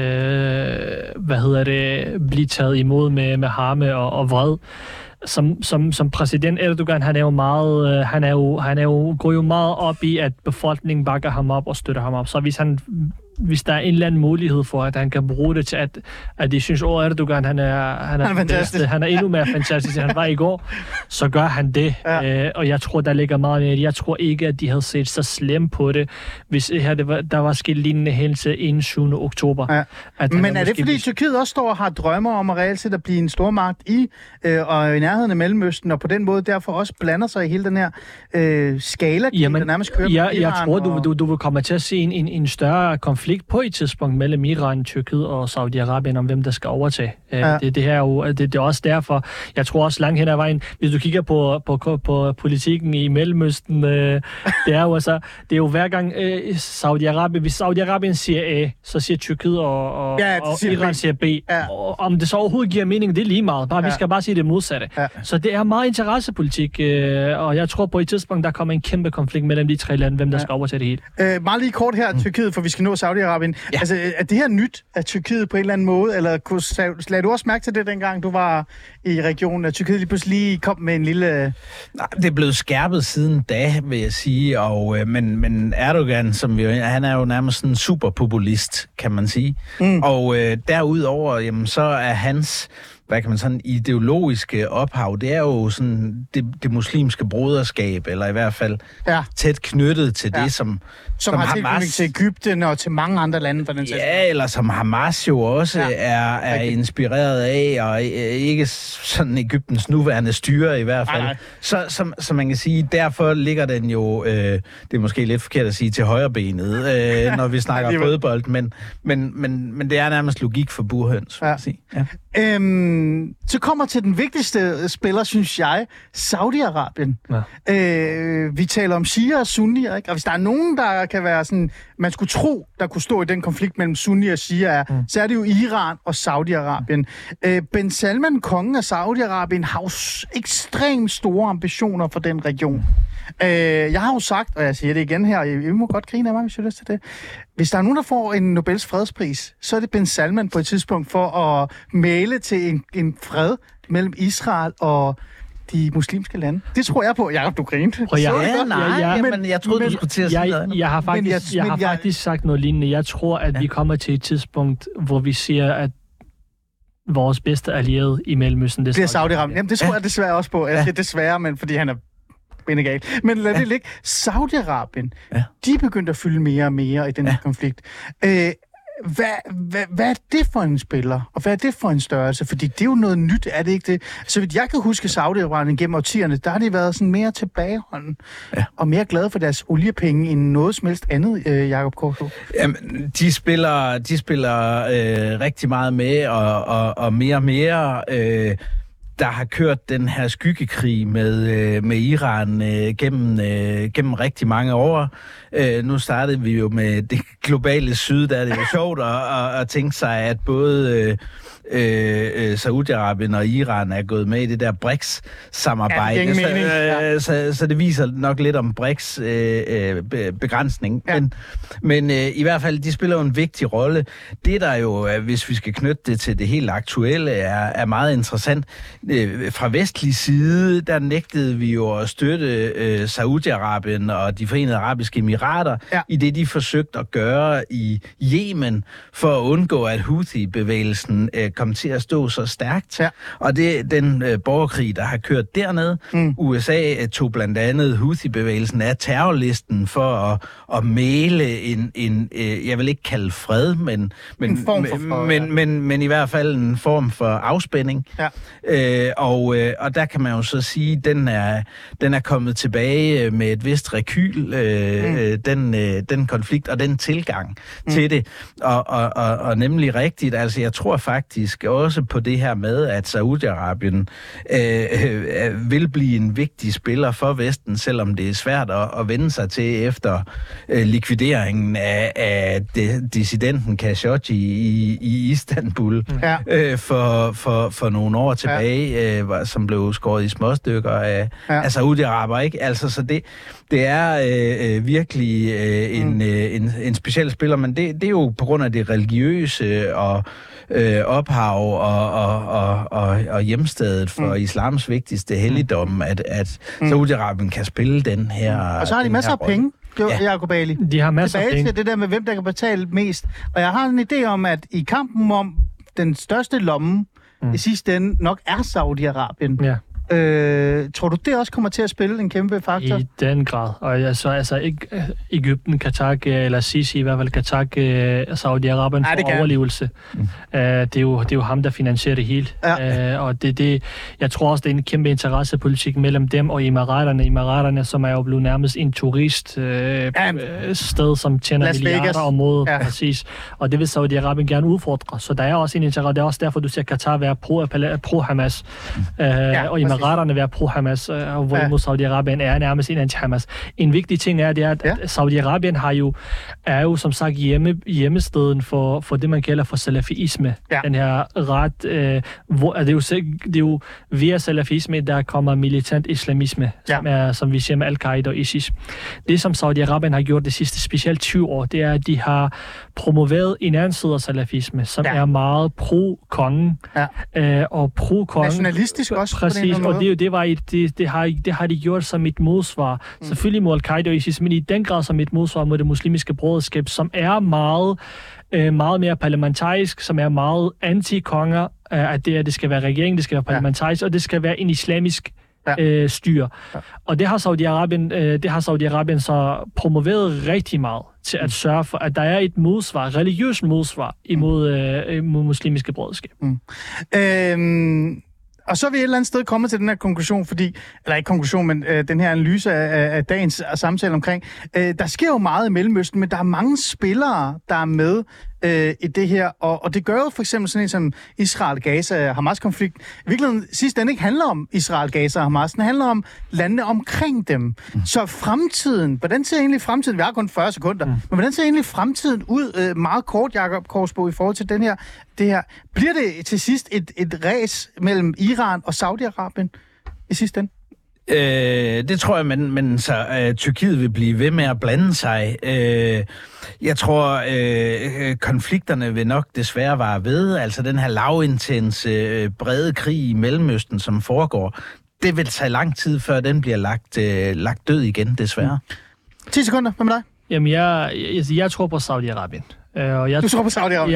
blive taget imod med harme og vred. Som præsident Erdogan, han er jo går jo meget op i, at befolkningen bakker ham op og støtter ham op. Så hvis der er en eller anden mulighed for, at han kan bruge det til, at de synes, Erdogan, han er fantastisk. Han er endnu mere fantastisk, end han var i går, så gør han det. Ja. Og jeg tror, der ligger meget mere. Jeg tror ikke, at de havde set så slemt på det, hvis der var sket lignende hændelse 21. oktober. Ja. Men er det, fordi Tyrkiet også står og har drømmer om at reelt set at blive en stormagt og i nærheden af Mellemøsten, og på den måde derfor også blander sig i hele den her skala, der nærmest kører på Iran? Jeg tror, du vil komme til at se en større konflikt på et tidspunkt mellem Iran, Tyrkiet og Saudi-Arabien om, hvem der skal overtage. Det er også derfor. Jeg tror også langt hen ad vejen, hvis du kigger på politikken i Mellemøsten, det er jo hver gang Saudi-Arabien, hvis Saudi-Arabien siger A, så siger Tyrkiet og Iran siger B. Ja. Og om det så overhovedet giver mening, det er lige meget. Vi skal bare sige det modsatte. Ja. Så det er meget interessepolitik, og jeg tror på et tidspunkt, der kommer en kæmpe konflikt mellem de tre lande, hvem der skal overtage det hele. Meget lige kort her, Tyrkiet, for vi skal nå Saudi-Arabien. Ja. Altså, er det her nyt af Tyrkiet på en eller anden måde, eller lagde du også mærke til det, dengang du var i regionen, at Tyrkiet lige pludselig kom med en lille... Nej, det er blevet skærpet siden da, vil jeg sige, men Erdogan, han er jo nærmest en superpopulist, kan man sige. Og derudover, jamen, så er hans... ideologiske ophav, det er jo sådan det muslimske broderskab, eller i hvert fald tæt knyttet til det, som har tilknytning til Egypten og til mange andre lande. For den eller som Hamas jo også er inspireret af, og ikke sådan Egyptens nuværende styre i hvert fald. Så man kan sige, derfor ligger den jo, det er måske lidt forkert at sige, til højrebenet, når vi snakker fodbold, men det er nærmest logik for burhøns, vil jeg sige. Ja. Så kommer til den vigtigste spiller, synes jeg, Saudi-Arabien. Ja. Vi taler om shia og sunnier, ikke? Og hvis der er nogen, der kan være sådan, man skulle tro, der kunne stå i den konflikt mellem sunni og shia, så er det jo Iran og Saudi-Arabien. Ben Salman, kongen af Saudi-Arabien, har jo ekstremt store ambitioner for den region. Jeg har jo sagt, og jeg siger det igen her, og I må godt grine af mig, hvis jeg har lyst til det. Hvis der er nogen, der får en Nobels fredspris, så er det Ben Salman på et tidspunkt for at mæle til en fred mellem Israel og de muslimske lande. Det tror jeg på. Jakob, du grinte. Men jeg troede, du skulle til at sige noget. Jeg har faktisk sagt noget lignende. Jeg tror, at vi kommer til et tidspunkt, hvor vi siger, at vores bedste allierede i Mellemøsten, det er Saudi-Arabien. Jamen, det tror jeg desværre også på. Jeg siger desværre, men fordi han er benegal. Men lad det ligge. Saudi-Arabien, de begyndte at fylde mere og mere i den her konflikt. Hvad er det for en spiller? Og hvad er det for en størrelse? Fordi det er jo noget nyt, er det ikke det? Så vidt jeg kan huske Saudi-Arabien gennem årtierne, der har de været sådan mere tilbageholden og mere glade for deres oliepenge end noget som helst andet, Jakob Korsgaard. Jamen, de spiller rigtig meget med, og mere og mere. der har kørt den her skyggekrig med Iran gennem rigtig mange år. Nu startede vi jo med det globale syd, der er det jo sjovt at tænke sig, at både Saudi-Arabien og Iran er gået med i det der BRICS-samarbejde. Ja, så det viser nok lidt om BRICS begrænsning. Ja. Men i hvert fald, de spiller jo en vigtig rolle. Det der jo, hvis vi skal knytte det til det helt aktuelle, er meget interessant. Fra vestlig side, der nægtede vi jo at støtte Saudi-Arabien og de Forenede Arabiske Emirater i det, de forsøgte at gøre i Yemen for at undgå, at Houthi-bevægelsen kom til at stå så stærkt. Ja. Og det er den borgerkrig, der har kørt dernede. USA tog blandt andet Houthi-bevægelsen af terrorlisten for at mæle en jeg vil ikke kalde fred, men i hvert fald en form for afspænding. Ja. Og der kan man jo så sige, den er kommet tilbage med et vist rekyl, den konflikt og den tilgang til det. Og nemlig rigtigt, altså jeg tror faktisk også på det her med, at Saudi-Arabien vil blive en vigtig spiller for Vesten, selvom det er svært at vende sig til efter likvideringen af dissidenten Khashoggi i Istanbul for nogle år tilbage, som blev skåret i småstykker af Saudi-Araber, ikke? Altså, så det er virkelig en speciel spiller, men det er jo på grund af det religiøse og ophav og hjemstedet for islams vigtigste helligdom, at Saudi-Arabien kan spille den her. Og så har de masser af penge, Jacob Ali. De har masser af penge. Tilbage til det der med, hvem der kan betale mest. Og jeg har en idé om, at i kampen om den største lomme i sidste ende nok er Saudi-Arabien. Ja. Tror du, det også kommer til at spille en kæmpe faktor? I den grad. Og altså ikke Egypten kan takke, eller Sisi i hvert fald kan takke Saudi-Arabien for overlevelse. Det er jo ham, der finansierer det hele. Ja. Og jeg tror også, det er en kæmpe interessepolitik mellem dem og Emiraterne, som er jo blevet nærmest en turist sted, som tjener milliarder om året. Ja. Præcis. Og det vil Saudi-Arabien gerne udfordre. Så der er også en interesse. Det er også derfor, du ser Katar være pro-Hamas. Og Emiraterne være pro-Hamas, og hvorimod Saudi-Arabien er nærmest en anti-Hamas. En vigtig ting er, at Saudi-Arabien er jo som sagt hjemmesteden for det, man kalder for salafisme. Ja. Den her ret, det er jo via salafisme, der kommer militant islamisme, som vi ser med Al-Qaida og ISIS. Det, som Saudi-Arabien har gjort de sidste specielt 20 år, det er, at de har promoveret en anden side af salafisme, som er meget pro-kongen. Ja. Og pro-kongen. Nationalistisk også. Præcis, og det har de gjort som et modsvar. Selvfølgelig mod Al-Qaida og ISIS, men i den grad som et modsvar mod det muslimske broderskab, som er meget mere parlamentarisk, som er meget anti-konger, at det skal være regering, det skal være parlamentarisk, og det skal være en islamisk styre. Ja. Og det har Saudi-Arabien så promoveret rigtig meget til at sørge for, at der er et modsvar, religiøst modsvar imod muslimiske broderskab. Og så er vi et eller andet sted kommet til den her konklusion, men den her analyse af dagens samtale omkring. Der sker jo meget i Mellemøsten, men der er mange spillere, der er med i det her, og det gør jo for eksempel sådan en som Israel-Gaza-Hamas-konflikt. I virkeligheden sidst den ikke handler om Israel-Gaza og Hamas, den handler om landene omkring dem. Så fremtiden, hvordan ser egentlig fremtiden, vi har kun 40 sekunder, men hvordan ser egentlig fremtiden ud, meget kort, Jakob Korsbo, i forhold til det her? Bliver det til sidst et ræs mellem Iran og Saudi-Arabien i sidste ende? Det tror jeg, men Tyrkiet vil blive ved med at blande sig. Jeg tror, konflikterne vil nok desværre vare ved. Altså den her lavintense, brede krig i Mellemøsten, som foregår, det vil tage lang tid, før den bliver lagt død igen, desværre. 10 sekunder, hvad med dig? Jamen, jeg tror på Saudi-Arabien. Du tror på Saudi-Arabien?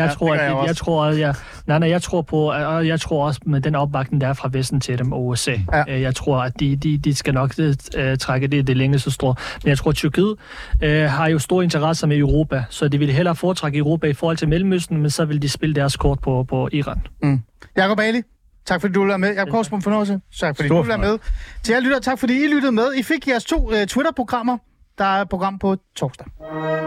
Jeg tror også med den opbakning, der er fra Vesten til dem og USA. Ja. Jeg tror, at de skal nok trække det længste strå. Men jeg tror, at Tyrkiet har jo store interesser med Europa, så de vil hellere foretrække Europa i forhold til Mellemøsten, men så vil de spille deres kort på Iran. Jacob Ali, tak fordi du var med. Jacob Korsbo, fornøjelse. Tak fordi du var med. Til jer lytter, tak fordi I lyttede med. I fik jeres 2 Twitter-programmer. Der er et program på torsdag.